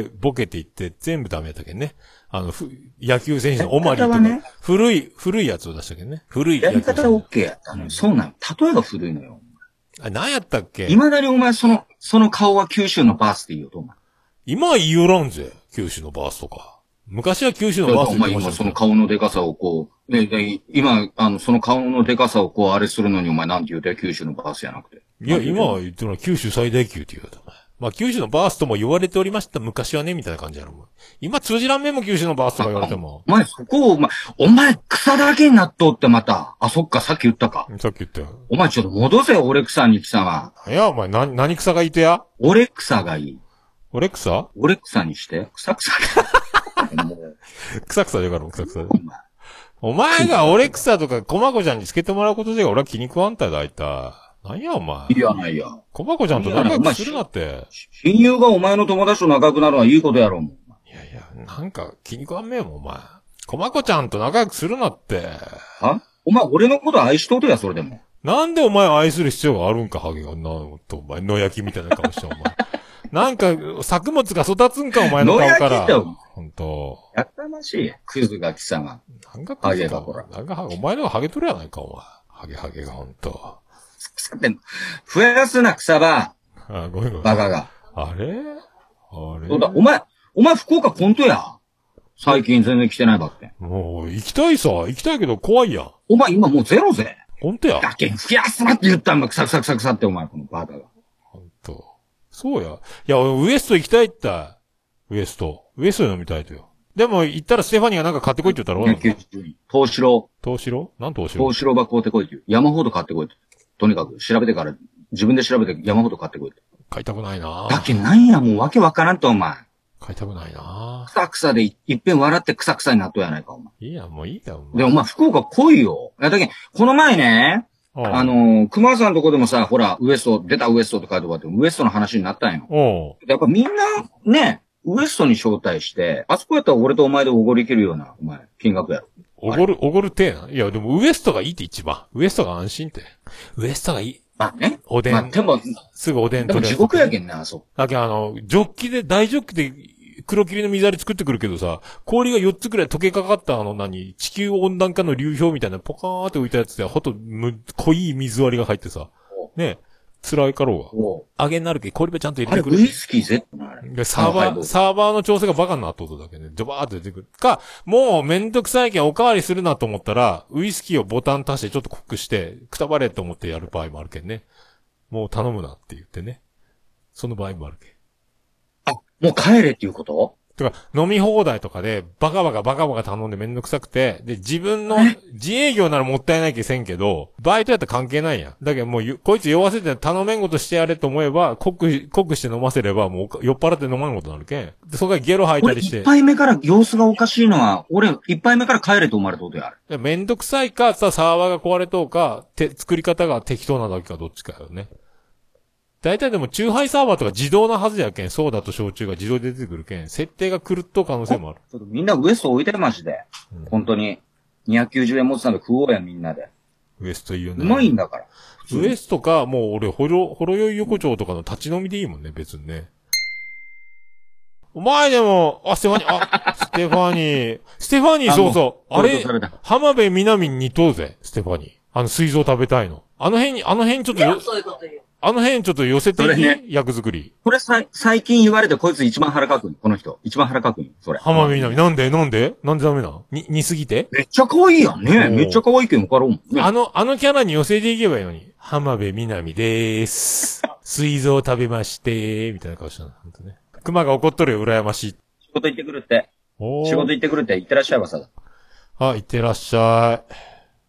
ボケていって、全部ダメやったけんね。あの、ふ野球選手のオマリーとか、ね、古い、古いやつを出したけんね。古いやり方は OK やったの、うん、そうなの。例えが古いのよ。 あ、何やったっけ未だにお前その、その顔は九州のバースって言うよと思う。 今は言いよらんぜ。九州のバースとか。昔は九州のバースって言ってました。 お前今その顔のデカさをこう、ね、ね、今、あの、その顔のデカさをこう、あれするのにお前なんて言うて九州のバースじゃなくて。 いや、今は言ってるのは九州最大級って言うた。まあ、九州のバースとも言われておりました。昔はね、みたいな感じやろ。今通じらんめんも九州のバースとか言われても。 お前そこを、お前、お前草だらけになっとってまた。あ、そっか、さっき言ったか。 さっき言ったよ。 お前ちょっと戻せよ、俺草に草は。 いや、お前、な、何草がいてや俺草がいい。 俺草俺草にして。草草もう草草でからも草草で。お前が俺草とか、こまこちゃんにつけてもらうことで俺は気に食わんたよ、だいたい。なんやお前。 いやないや。 こまこちゃんと仲良くするなって。 親友がお前の友達と仲良くなるのはいいことやろうもん。 いやいや、なんか気に食わんめよ、お前。こまこちゃんと仲良くするなって。 はお前俺のこと愛しとるや、それでも。 なんでお前愛する必要があるんか、ハゲが。なんと、お前、野焼きみたいな顔して、お前。なんか、作物が育つんか、お前の顔から。野焼きってほんと。 やったましい。クズが貴様。 なんかクズか、ほら。なんか、お前のがハゲとるやないか、お前。ハゲハゲがほんと。 腐ってんの。増やすな、草場。 あ、ごめんごめん。 バカが。 あれあれそうだ、お前、お前福岡コントや。最近全然来てないばって。 もう、行きたいさ。行きたいけど怖いやん。 お前今もうゼロぜ。 ほんとや。 だけん増やすなって言ったんだ、くさくさくさくさってお前、このバカが。 ほんと。そうや。いや、ウエスト行きたいって。ウエスト。ウエストで飲みたいとよ。でも、行ったらステファニーがなんか買ってこいって言ったら俺東城。 東城なん東城東城ば買うてこいって言う。山ほど買ってこいって。とにかく、調べてから、自分で調べて山ほど買ってこいって。 買いたくないなだけなんや、もうわけわからんと、お前。 買いたくないなくさくさでいっぺん笑ってくさくさになっとやないか、お前。 いいや、もういいや、お前。 で、お前、福岡来いよ。いや、だけこの前ね、あのー、熊さんのとこでもさ、ほら、ウエスト、出たウエストと書いてもらって、ウエストの話になったんよ。 おやっぱみんな、ね、ウエストに招待して、あそこやったら俺とお前でおごりいけるような、お前、金額やろ。 おごる、おごるてな。いや、でもウエストがいいって一番。ウエストが安心って。ウエストがいい。 まあね。 おでん。 まあ、でも、 すぐおでんでも地獄やけんな、あそこ。 だけどあの、ジョッキで、大ジョッキで、黒霧の水割り作ってくるけどさ、氷がよっつくらい溶けかかったあの何、地球温暖化の流氷みたいなポカーって浮いたやつで、ほとむ、濃い水割りが入ってさ、ね、辛いかろうが。揚げになるけど、氷ばちゃんと入れてくる。 あれ、ウイスキーぜでサーバー、サーバーの調整がバカになっとるだけね、ジョバーって出てくる。か、もうめんどくさいけんおかわりするなと思ったら、ウイスキーをボタン足してちょっと濃くして、くたばれと思ってやる場合もあるけんね。もう頼むなって言ってね。その場合もあるけん。 あ、もう帰れっていうこと？ とか、飲み放題とかで、バカバカバカバカ頼んでめんどくさくて、で、自分の、自営業ならもったいないけせんけど、バイトやったら関係ないやん。だけどもう、こいつ酔わせて頼めんことしてやれと思えば、濃く、濃くして飲ませれば、もう酔っ払って飲まんことになるけん。で、そこからゲロ吐いたりして。 一杯目から様子がおかしいのは、俺、一杯目から帰れと思われたことやる。 めんどくさいか、さ、サーバーが壊れとうか、て、作り方が適当なだけかどっちかよね。大体でも、チューハイサーバーとか自動なはずやけん、ソーダと焼酎が自動で出てくるけん、設定が狂っとう可能性もある。 ちょっとみんなウエスト置いてマジで。うん、本当に。にひゃくきゅうじゅうえん持つなんで食おうや、みんなで。 ウエストいいよね。 うまいんだから。 ウエストか、もう俺、ほろ、ほろよい横丁とかの立ち飲みでいいもんね、別にね。お前でも、あ、ステファニー、あ、ステファニー、ステファニーそうそう。あれ、浜辺美波に似とうぜ、ステファニー。あの、水蔵食べたいの。あの辺に、あの辺ちょっとよ、そういうこと言う。あの辺ちょっと寄せていい、ね、役作り。 これさ、最近言われてこいつ一番腹かくん。この人。一番腹かくん。それ。 浜辺美波。なんでなんでなんでダメなのに、似すぎてめっちゃ可愛いやんね。めっちゃ可愛いけん分かろうもん、ね。 あの、あのキャラに寄せていけばいいのに。浜辺美波でーす。 水蔵食べまして、みたいな顔したの。ほんとね。熊が怒っとるよ、羨ましい。 仕事行ってくるって。 おー。 仕事行ってくるって、行ってらっしゃいわさ。 あ、行ってらっしゃい。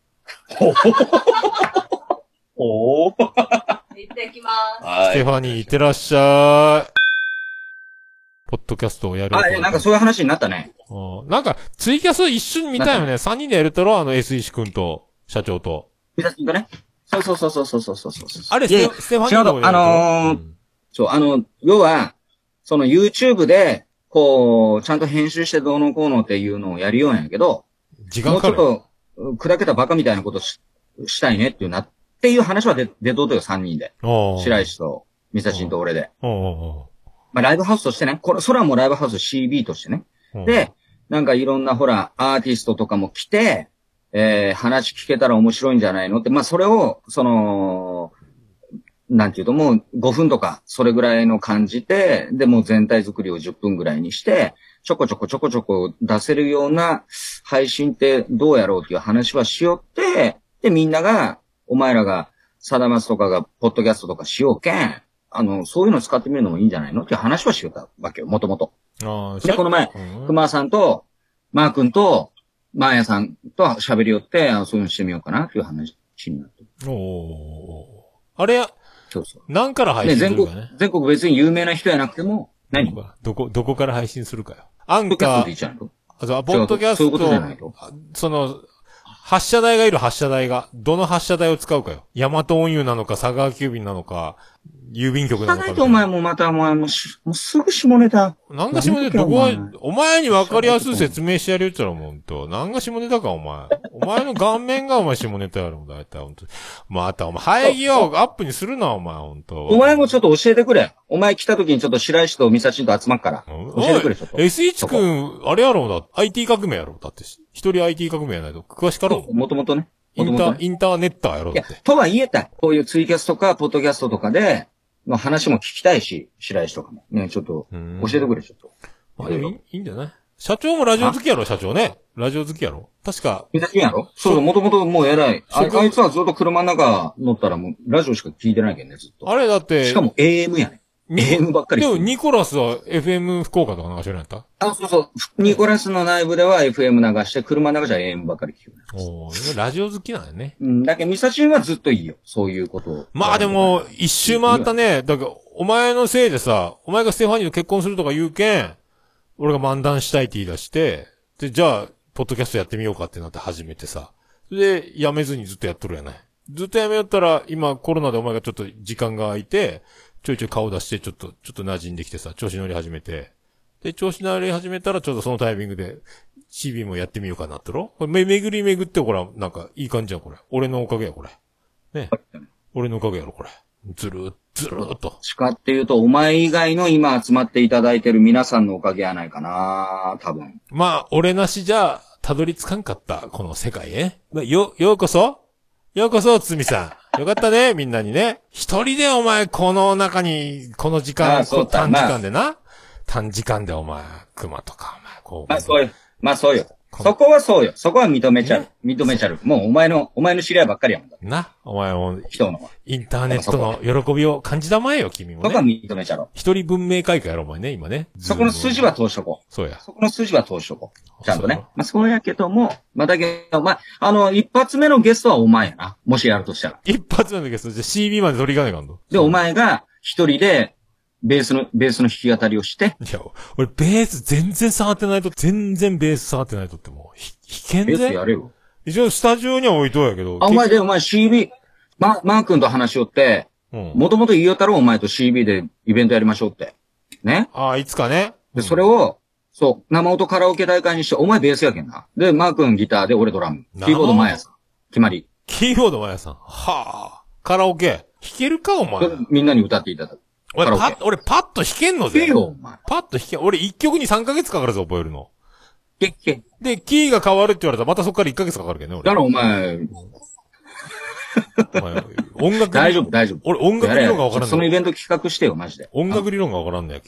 おー。 行ってきます。 はい。 ステファニー、行ってらっしゃい。ポッドキャストをやる。 あ、なんかそういう話になったね。 うん。なんか、ツイキャス一緒に見たよね。さんにんでやるとろ、あの、S 石くんと、社長と。 みさしんとね。そうそうそうそうそうそうそうそう。 あれ、ステステファニーの方あのーうん、そう、あの、要は、その YouTube で、こう、ちゃんと編集してどうのこうのっていうのをやるようなんやけど、 時間かかる。 もうちょっと、砕けたバカみたいなことししたいねっていうな、っていう話は出、出とうとよ、さんにんで。白石と、みさしんと俺で。まあ、ライブハウスとしてね、これ、それはもうライブハウス シービー としてね。で、なんかいろんなほら、アーティストとかも来て、えー、話聞けたら面白いんじゃないのって、まあ、それを、その、なんていうと、もうごふんとか、それぐらいの感じで、で、もう全体作りをじゅっぷんぐらいにして、ちょこちょこちょこちょこ出せるような配信ってどうやろうっていう話はしよって、で、みんなが、お前らが、サダマスとかが、ポッドキャストとかしようけん、あの、そういうの使ってみるのもいいんじゃないのっていう話はしよったわけよ、もともと。で、この前、熊さんと、マー君と、マーヤさんと喋り寄って、あのそういうのしてみようかなっていう話になって。 おー。あれ、 そうそう。 何から配信するかね。 ね、全国、全国別に有名な人やなくても、何どこ、どこから配信するかよ。アンカー。 ポッドキャストでいいじゃんと。 あ、そう、ポッドキャスト。そういうことじゃないと。その、発射台がいる発射台が、どの発射台を使うかよ。ヤマト運輸なのか、佐川急便なのか、郵便局なのか。 ないとお前もまたお前もし、もうすぐ下ネタ。 なんか下ネタ、どこは、お前に分かりやすい説明してやるよっちゃろ、ほんと。なんか下ネタか、お前。お前の顔面がお前下ネタやろ、だいたい、ほんと。また、お前、生え際をアップにするな、お前、ほんと。 お前もちょっと教えてくれ。お前来た時にちょっと白石と三差しと集まっから。教えてくれ、ちょっと。 エスワン くん、あれやろうだ。アイティー 革命やろうだって。一人 アイティー 革命やないと。詳しかろう。 もともとね。 インター、インターネッターやろうだって。 とは言えた。こういうツイキャスとか、ポッドキャストとかで、の話も聞きたいし、白石とかも。ね、ちょっと、教えてくれ、ちょっと。 まあ、いい、いいんじゃない社長もラジオ好きやろ、社長ね。ラジオ好きやろ確か。 好きやろそうそう、もともともう偉い。あ, あいつはずっと車の中乗ったらもう、ラジオしか聞いてないけんね、ずっと。 あれだって。 しかも エーエム やね。エーエム ばっかり。 でも、ニコラスは エフエム 福岡とかなんか知らんやったあ、そうそう。ニコラスの内部では エフエム 流して、車の中じゃ エーエム ばっかり聞く。 おー、ラジオ好きなんやね。 うん、だけど、ミサチンはずっといいよ。そういうことを。 まあでも、一周回ったね。だから、お前のせいでさ、お前がステファニーと結婚するとか言うけん、俺が漫談したいって言い出して、で、じゃあ、ポッドキャストやってみようかってなって始めてさ。で、やめずにずっとやっとるやない。ずっとやめよったら、今コロナでお前がちょっと時間が空いて、ちょいちょい顔出して、ちょっと、ちょっと馴染んできてさ、調子乗り始めて。で、調子乗り始めたら、ちょうどそのタイミングで、シービー もやってみようかなってろこれ、め、巡り巡って、ほら、なんか、いい感じやん、これ。俺のおかげや、これ。ね。俺のおかげやろ、これ。ずるー、ずるーっと。 しかっていうと、お前以外の今集まっていただいてる皆さんのおかげやないかな多分。 まあ、俺なしじゃ、たどり着かんかった、この世界へ。よ、ようこそようこそ、つみさん。よかったね、みんなにね。一人でお前、この中に、この時間、短時間でな、まあ、短時間でお前、熊とか、お前、こう。 まあ、そうよ。まあ、そうよ。そこはそうよ。そこは認めちゃう。認めちゃう。もうお前の、お前の知り合いばっかりやもんだ。 な、お前も、 人の。 インターネットの喜びを感じたまえよ、君もね。 そこは認めちゃろう。 一人文明開化やろ、お前ね、今ね。 そこの数字は通しとこう。 そうや。 そこの数字は通しとこう。ちゃんとね。まあ、そうやけども、まあ、だけど、まあ、あの、一発目のゲストはお前やな。もしやるとしたら。 一発目のゲスト、じゃあ シービー まで取り行かないかんの。 で、お前が一人で、ベースの、ベースの弾き語りをして。 いや、俺ベース全然触ってないと、全然ベース触ってないとってもう、弾けんぜ。 ベースやれよ。 一応スタジオには置いとうやけど。 あ、お前で、お前 シービー、ま、マー君と話しよって、もともと言いよったろ、お前と シービー でイベントやりましょうって。ね。 ああ、いつかね。 で、それを、そう、生音カラオケ大会にして、お前ベースやけんな。で、マー君ギターで俺ドラム。キーボードマヤさん。決まり。 キーボードマヤさん。はあ。カラオケ。弾けるか、お前。 みんなに歌っていただく。 俺パッ、俺パッと弾けんのぜ。 弾けよ、お前。 パッと弾けん。俺一曲にさんかげつかかるぞ、覚えるの。 弾け、弾け。 で、キーが変わるって言われたら、またそっからいっかげつかかるけどね、俺。 だからお前、 お前、音楽大丈夫、大丈夫。 俺音楽理論がわからんねん。 そのイベント企画してよ、マジで。 音楽理論がわからんのやけ。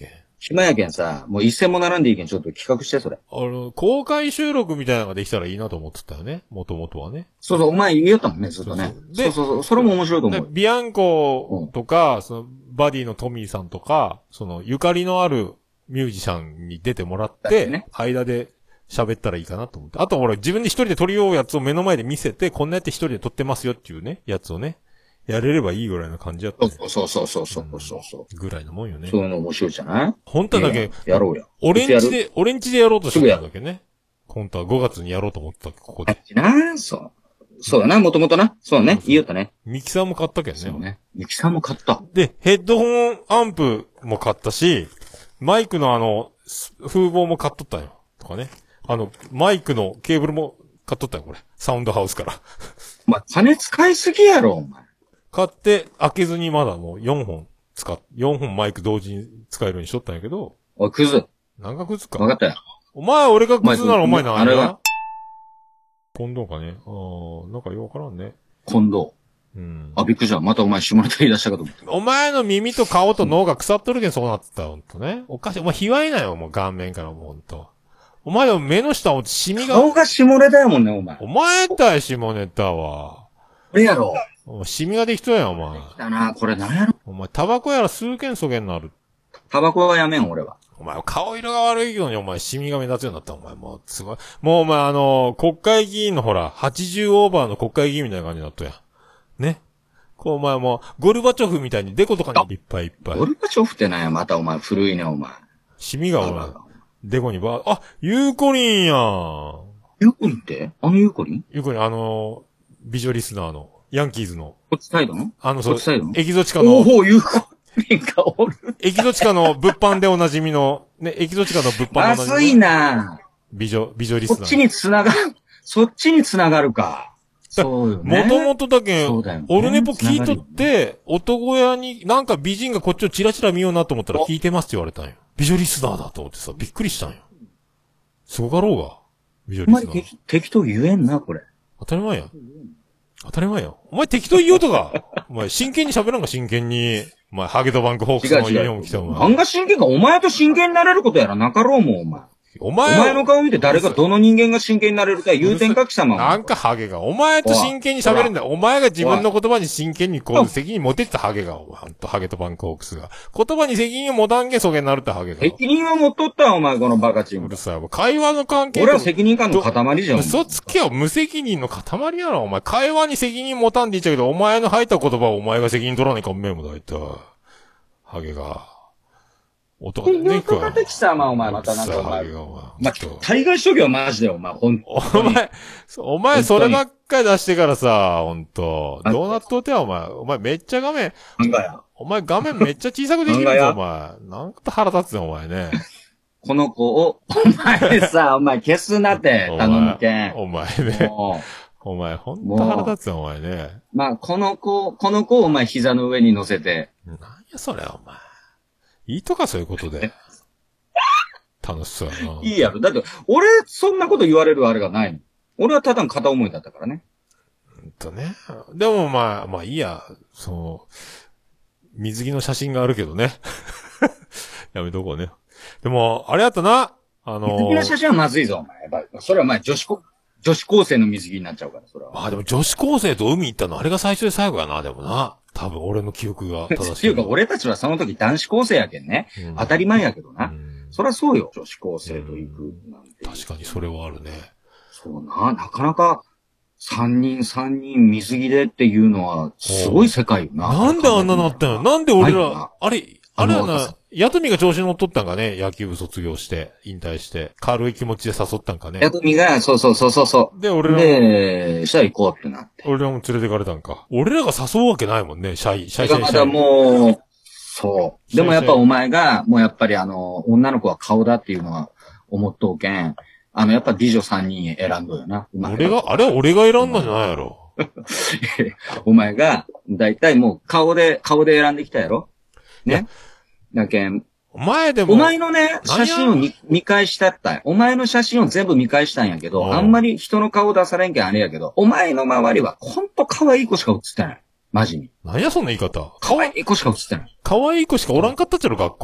暇やけんさ、もう一銭も並んでいいけん、ちょっと企画して、それ。 あの、公開収録みたいなのができたらいいなと思ってたよね。もともとはね。 そうそう、お前言いよったもんね、ずっとね。そうそうそう、それも面白いと思う。 ビアンコとか、うん、その、バディのトミーさんとか、その、ゆかりのあるミュージシャンに出てもらって、ね、間で喋ったらいいかなと思って。あと俺、自分で一人で撮りようやつを目の前で見せて、こんなやって一人で撮ってますよっていうね、やつをね。やれればいいぐらいな感じだった、ね。 そうそうそうそうそうそうそう、 うん。ぐらいのもんよね。 そういうの面白いじゃない？ 本当はだけ、 やろうや。 オレンジで、オレンジでやろうとしてたんだけどね。本当はごがつにやろうと思ってた、ここで。 なそう。そうだな、もともとな。そうね、言いよったね。 ミキサーも買ったけどね。 そうね。ミキサーも買った。 で、ヘッドホンアンプも買ったし、マイクのあの、風防も買っとったよ。とかね。あの、マイクのケーブルも買っとったよ、これ。サウンドハウスから。 お前、金使いすぎやろ、お前。 買って、開けずにまだもうよんほん使っ、よんほんマイク同時に使えるようにしとったんやけど。 おい、クズ。 何がクズか。 わかったよ。 お前、俺がクズならお前何や。 あれは近藤かね。ああ、なんかよくわからんね。 近藤。うん。あ、びっくりした。またお前下ネタ言い出したかと思った。 お前の耳と顔と脳が腐っとるけんそうなってた、ほんとね。おかしい。お前、卑猥なよ、もう顔面からもうほんと。お前の目の下をシミが。 顔が下ネタやもんね、お前。 お前だよ、下ネタは。 これやろ。 シミができとんやん、お前。 だな、これ何やろ。 お前、タバコやら吸うけんそげんなる。 タバコはやめん、俺は。 お前、顔色が悪いけどに、お前、シミが目立つようになった、お前。もう、すごい。もう、お前、あの、国会議員のほら、はちじゅうオーバーの国会議員みたいな感じになったやん。ね。こう、お前もう、ゴルバチョフみたいにデコとかにいっぱいいっぱい。 ゴルバチョフってなんや、またお前、古いね、お前。 シミがお前、デコにば、あ、ユーコリンやん。 ユーコリンってあのユーコリンユーコリン、あの、美女リスナーの、ヤンキーズの。 こっちサイドのあの、そう、 こっちサイドのエキゾチカの。 おお、ユーコリンがおる。 エキゾチカの物販でおなじみの、ね、エキゾチカの物販でおなじみの。 まずいな美女、美女リスナー。 そっちに繋がる、そっちに繋がるか。そうよね。 もともとだけん、 そうだよね、 オルネポ聞いとって、男屋に、なんか美人がこっちをチラチラ見ようなと思ったら聞いてますって言われたんよ。美女リスナーだと思ってさ、びっくりしたんよ。すごかろうが。美女リスナー。 お前適、適当言えんな、これ。 当たり前や。当たり前や。お前適当言おうとか。お前真剣に喋らんか、真剣に。お前、ハゲドバンクホークスのユニフォーム着たお前。 何が真剣か、お前と真剣になれることやらなかろうもん、お前。 お前お前の顔見て誰が、どの人間が真剣になれるか言うてんか、貴様。 なんかハゲが。お前と真剣に喋るんだよ。お前が自分の言葉に真剣にこう、責任持てったハゲが。お前、ほんとハゲとバンクホークスが。言葉に責任を持たんけそげになるってハゲが。 責任は持っとったわ、お前、このバカチン。 うるさい。会話の関係。 俺は責任感の塊じゃん。 嘘つけよ。無責任の塊やろ、お前。会話に責任持たんで言っちゃうけど、お前の入った言葉をお前が責任取らないかんめんもだいたい。ハゲが。男でね、 か。貴様、お前、またなんかお前。ま、大概しとけよ、マジで、お前、ほんと。 お前、お前、そればっかり出してからさ、ほんと。どうなっとってや、お前。お前、めっちゃ画面。お前、画面めっちゃ小さくできるぞ、お前。なんか腹立つよ、お前ね。 この子を、お前さ、お前、消すなって、頼むけん。 お前ね。お前、ほんと腹立つよ、お前ね。 まあ、この子、この子をお前、膝の上に乗せて。 なんや、それ、お前。いいとかそういうことで。楽しそうやな。 いいやろ。だって、俺、そんなこと言われるあれがないの。俺はただの片思いだったからね。 ほんとね。でもまあ、まあいいや。その、水着の写真があるけどね。やめとこうね。でも、あれやったな。あのー、 水着の写真はまずいぞ、お前。やっぱそれはお前、女子高、女子高生の水着になっちゃうから、それは。 まあでも女子高生と海行ったの、あれが最初で最後やな、でもな。多分俺の記憶が正しい。 っていうか、俺たちはその時男子高生やけんね。うん、当たり前やけどな。うん、そりゃそうよ。女子高生と行くなんて、 うん。確かにそれはあるね。 そうな、なかなか、三人三人水着でっていうのは、すごい世界よな。 なんであんななったんや。なんで俺ら、あれ、あれやな、ヤトミが調子乗っとったんかね、野球部卒業して、引退して、軽い気持ちで誘ったんかね。 ヤトミが、そうそうそうそうそう。 で、俺らで、シャイ行こうってなって。 俺らも連れてかれたんか。俺らが誘うわけないもんね、シャイ、シャイシャイシャイ。 まだもう、そう。でもやっぱお前が、もうやっぱりあの、女の子は顔だっていうのは思っとうけん、あの、やっぱ美女三人選んどよな。 俺が、あれは俺が選んだんじゃないやろ。 お前が、だいたいもう顔で、顔で選んできたやろね。だけん。 お前でも。 お前のね、写真を見返したったい。お前の写真を全部見返したんやけど、あんまり人の顔出されんけんあれやけど、お前の周りはほんと可愛い子しか写ってない。マジに。 何やそんな言い方。 可愛い子しか写ってない。 可愛い子しかおらんかったっちゃろ、学校に。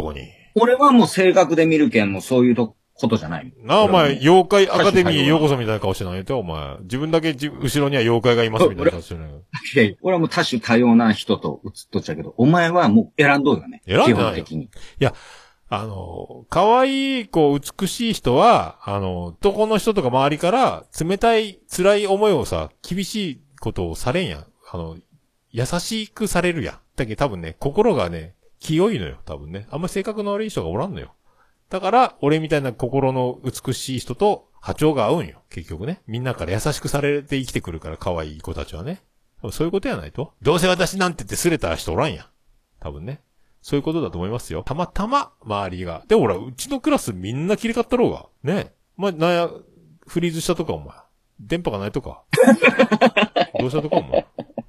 俺はもう性格で見るけん、もうそういうとことじゃない。 なあ、お前、妖怪アカデミーへようこそみたいな顔してないと、お前。自分だけじ後ろには妖怪がいますみたいな顔してないよ。 いやいや、俺はもう多種多様な人と映っとっちゃうけど、お前はもう選んどるよね。 選んでないよ。 基本的に。いや、あの、可愛い子、美しい人は、あの、男の人とか周りから、冷たい、辛い思いをさ、厳しいことをされんやん。あの、優しくされるやん。だけど多分ね、心がね、清いのよ、多分ね。あんまり性格の悪い人がおらんのよ。だから、俺みたいな心の美しい人と波長が合うんよ、結局ね。みんなから優しくされて生きてくるから、可愛い子たちはね。そういうことやないと。どうせ私なんてってすれた人おらんやん。多分ね。そういうことだと思いますよ。たまたま、周りが。でもほら、うちのクラスみんな綺麗かったろうが。ね。まあ、なんや、フリーズしたとか、お前。電波がないとか。どうしたとか、お前。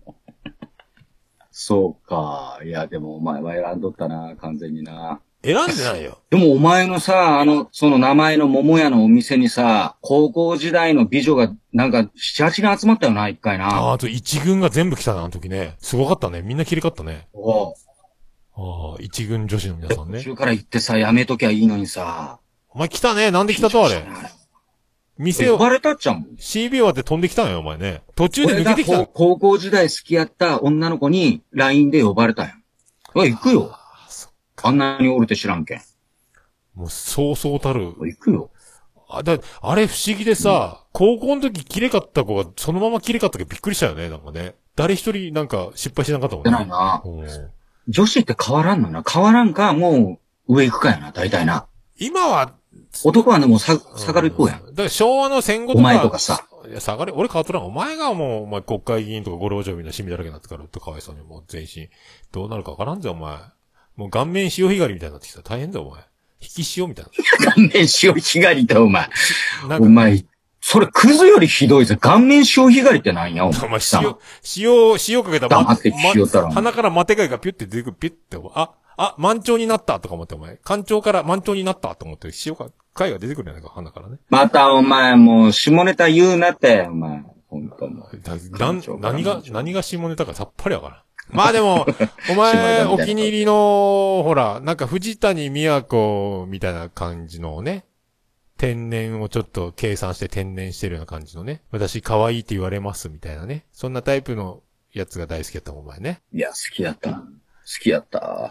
そうか。いや、でもお前は選んどったな、完全にな。 選んでないよ。 でもお前のさ、あの、その名前の桃屋のお店にさ、高校時代の美女がなんか七八人集まったよな、一回な。 ああ、あと一軍が全部来たな、あの時ね。すごかったね。みんな綺麗かったね。 おう。 ああ、一軍女子の皆さんね。 途中から行ってさ、やめときゃいいのにさ。 お前来たね。なんで来たとあれ。店を。 呼ばれたっちゃんもん。 シービー 終わって飛んできたんよ、お前ね。途中で抜けてきた俺が高校時代好きやった女の子に ライン で呼ばれたんや。うわ、行くよ。 あ, そっかあんなにおるって知らんけん。 もう、そうそうたる。 行くよ。 あ、だ、あれ不思議でさ、うん、高校の時綺麗かった子がそのまま綺麗かったけどびっくりしたよね、なんかね。誰一人なんか失敗しなかったもんね。 ないな。女子って変わらんのな。変わらんか、もう上行くかやな、大体な。 今は、 男はね、もうさ、下がる行こうやん。 だから昭和の戦後とか。 お前とかさ。 いや、下がる、俺変わっとらん。お前がもう、お前国会議員とか五郎城みたいなシミだらけになってからってかわいそうに、もう全身。どうなるかわからんぜ、お前。もう顔面潮干狩りみたいになってきた。大変だよ、お前。引き潮みたいな。 顔面潮干狩りだ、お前。お前、それクズよりひどいぜ。顔面潮干狩りってなんや、お前。 お前、塩、塩、塩かけたら、 黙って聞きよったら。 鼻からマテ貝がピュって出てくる、ピュって、あ、あ、満潮になったとか思って、お前。干潮から満潮になったと思って、塩か、貝が出てくるやないか、鼻からね。 また、お前、もう、下ネタ言うなって、お前。ほんともう。な、何が、何が下ネタかさっぱりわからん。まあでも、お前、お気に入りの、ほら、なんか藤谷美子みたいな感じのね、天然をちょっと計算して天然してるような感じのね、私可愛いって言われますみたいなね、そんなタイプのやつが大好きだったもん、お前ね。 いや、好きだった。好きだった。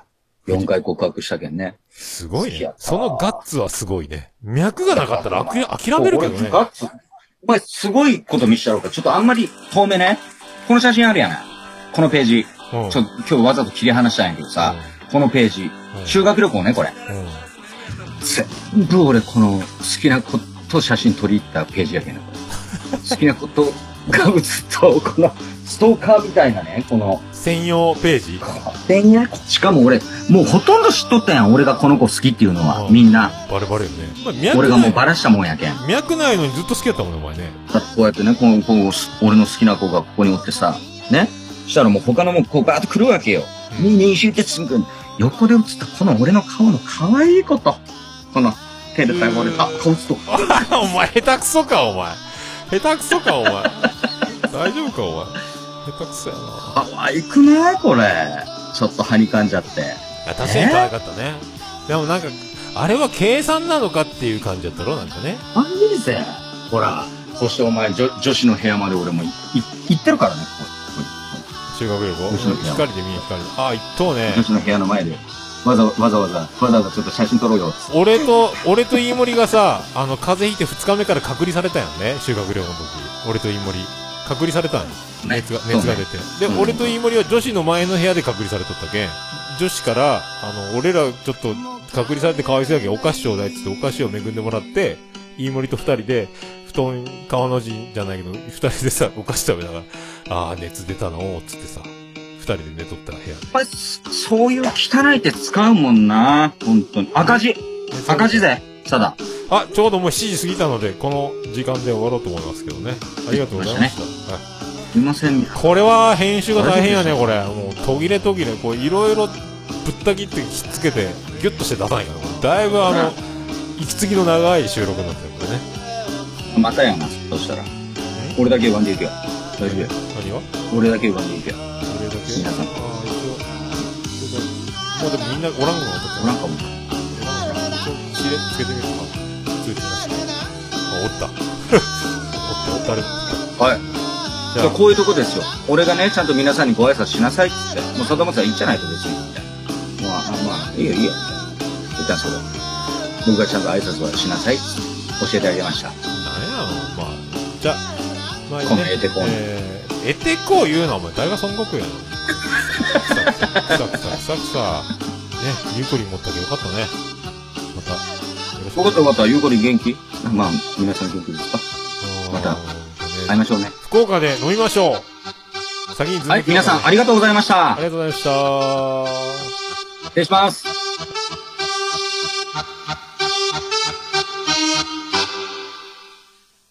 よんかい告白したけんね。 すごいね。そのガッツはすごいね。脈がなかったら諦めるけどね。 ガッツ。お前、すごいこと見しちゃろうか。ちょっとあんまり遠目ね。この写真あるやない。このページ。うん、ちょっと今日わざと切り離したんやけどさ、うん、このページ、うん、修学旅行ね、これ。うん、全部俺この好きな子と写真撮り入ったページやけんな。好きな子とが映ったこのストーカーみたいなね、この。 専用ページ専用しかも俺、もうほとんど知っとったやん、俺がこの子好きっていうのは、みんな。 バレバレよね。 まあ、俺がもうバラしたもんやけん。 脈ないのにずっと好きやったもんね、お前ね。 こうやってね、こう、こう、俺の好きな子がここにおってさ、ね。したらもう他のもこうガーッと来るわけよ。うん、ににしゅうてつんくん。横で映ったこの俺の顔の可愛い子と、この手で逮捕れた顔つと。 お前下手くそか、お前。下手くそか、お前。大丈夫か、お前。下手くそやな。 可愛くないこれ。ちょっとはにかんじゃって。いや、確かに可愛かったね。でもなんか、あれは計算なのかっていう感じだったろ、なんかね。 あいいぜ。ほら、そしてお前、女子の部屋まで俺も行ってるからね。 修学旅行光で見に光で。ああ、一等ね。 女子の部屋の前で。わざわざわざわざ、わざわざちょっと写真撮ろうよ。 俺と、俺と飯森がさ、あの、風邪ひいてふつかめから隔離されたよね。修学旅行の時。俺と飯森。隔離されたんよ。熱が、熱が出て。で、うん、俺と飯森は女子の前の部屋で隔離されとったけん。女子から、あの、俺らちょっと隔離されてかわいそうやけん、お菓子ちょうだいって言ってお菓子を恵んでもらって、飯森と二人で、布団、川の字じゃないけど、二人でさ、お菓子食べながら、ああ、熱出たのー、つってさ、二人で寝とった部屋。やっぱり、そういう汚い手使うもんな、本当に。赤字赤字ぜ、ただ。 あ、ちょうどもうしちじ過ぎたので、この時間で終わろうと思いますけどね。ありがとうございました。はい。 すいません。 これは編集が大変やね、これ。もう、途切れ途切れ、こう、いろいろぶった切ってひっつけて、ギュッとして出さないから、だいぶあの、息継ぎの長い収録になってるからね。 またやな、そしたら。俺だけ呼んでいくよ。大丈夫よ。 何が俺だけ呼んでいくよ。 俺だけ皆さん。 ああ、一応。もうでもみんなおらんのかなおらんかも。 おらんれつけてみるか。通知なしで。あ、おった。おった、おったれ。 はい。じゃあこういうとこですよ。俺がね、ちゃんと皆さんにご挨拶しなさいっつって。もうさだまさんいいじゃないと別に。みたいな。まあ、あまあ、いいよいいよ。みたいな。言ったんですけど。僕がちゃんと挨拶はしなさいっつって教えてあげました。 なんやろ、まあ。じゃあ、まあ、 このエテコン。 えー、エテコ言うのはお前、誰が孫悟空やの。くさくさ、くさくさ、くさくさ。ね、ゆうこりん持ったけどよかったね。また。 よかったよかった。ゆうこりん元気？まあ、皆さん元気ですか？また、会いましょうね。 福岡で飲みましょう。先にずっと。 はい、皆さんありがとうございました。 ありがとうございました。 失礼します。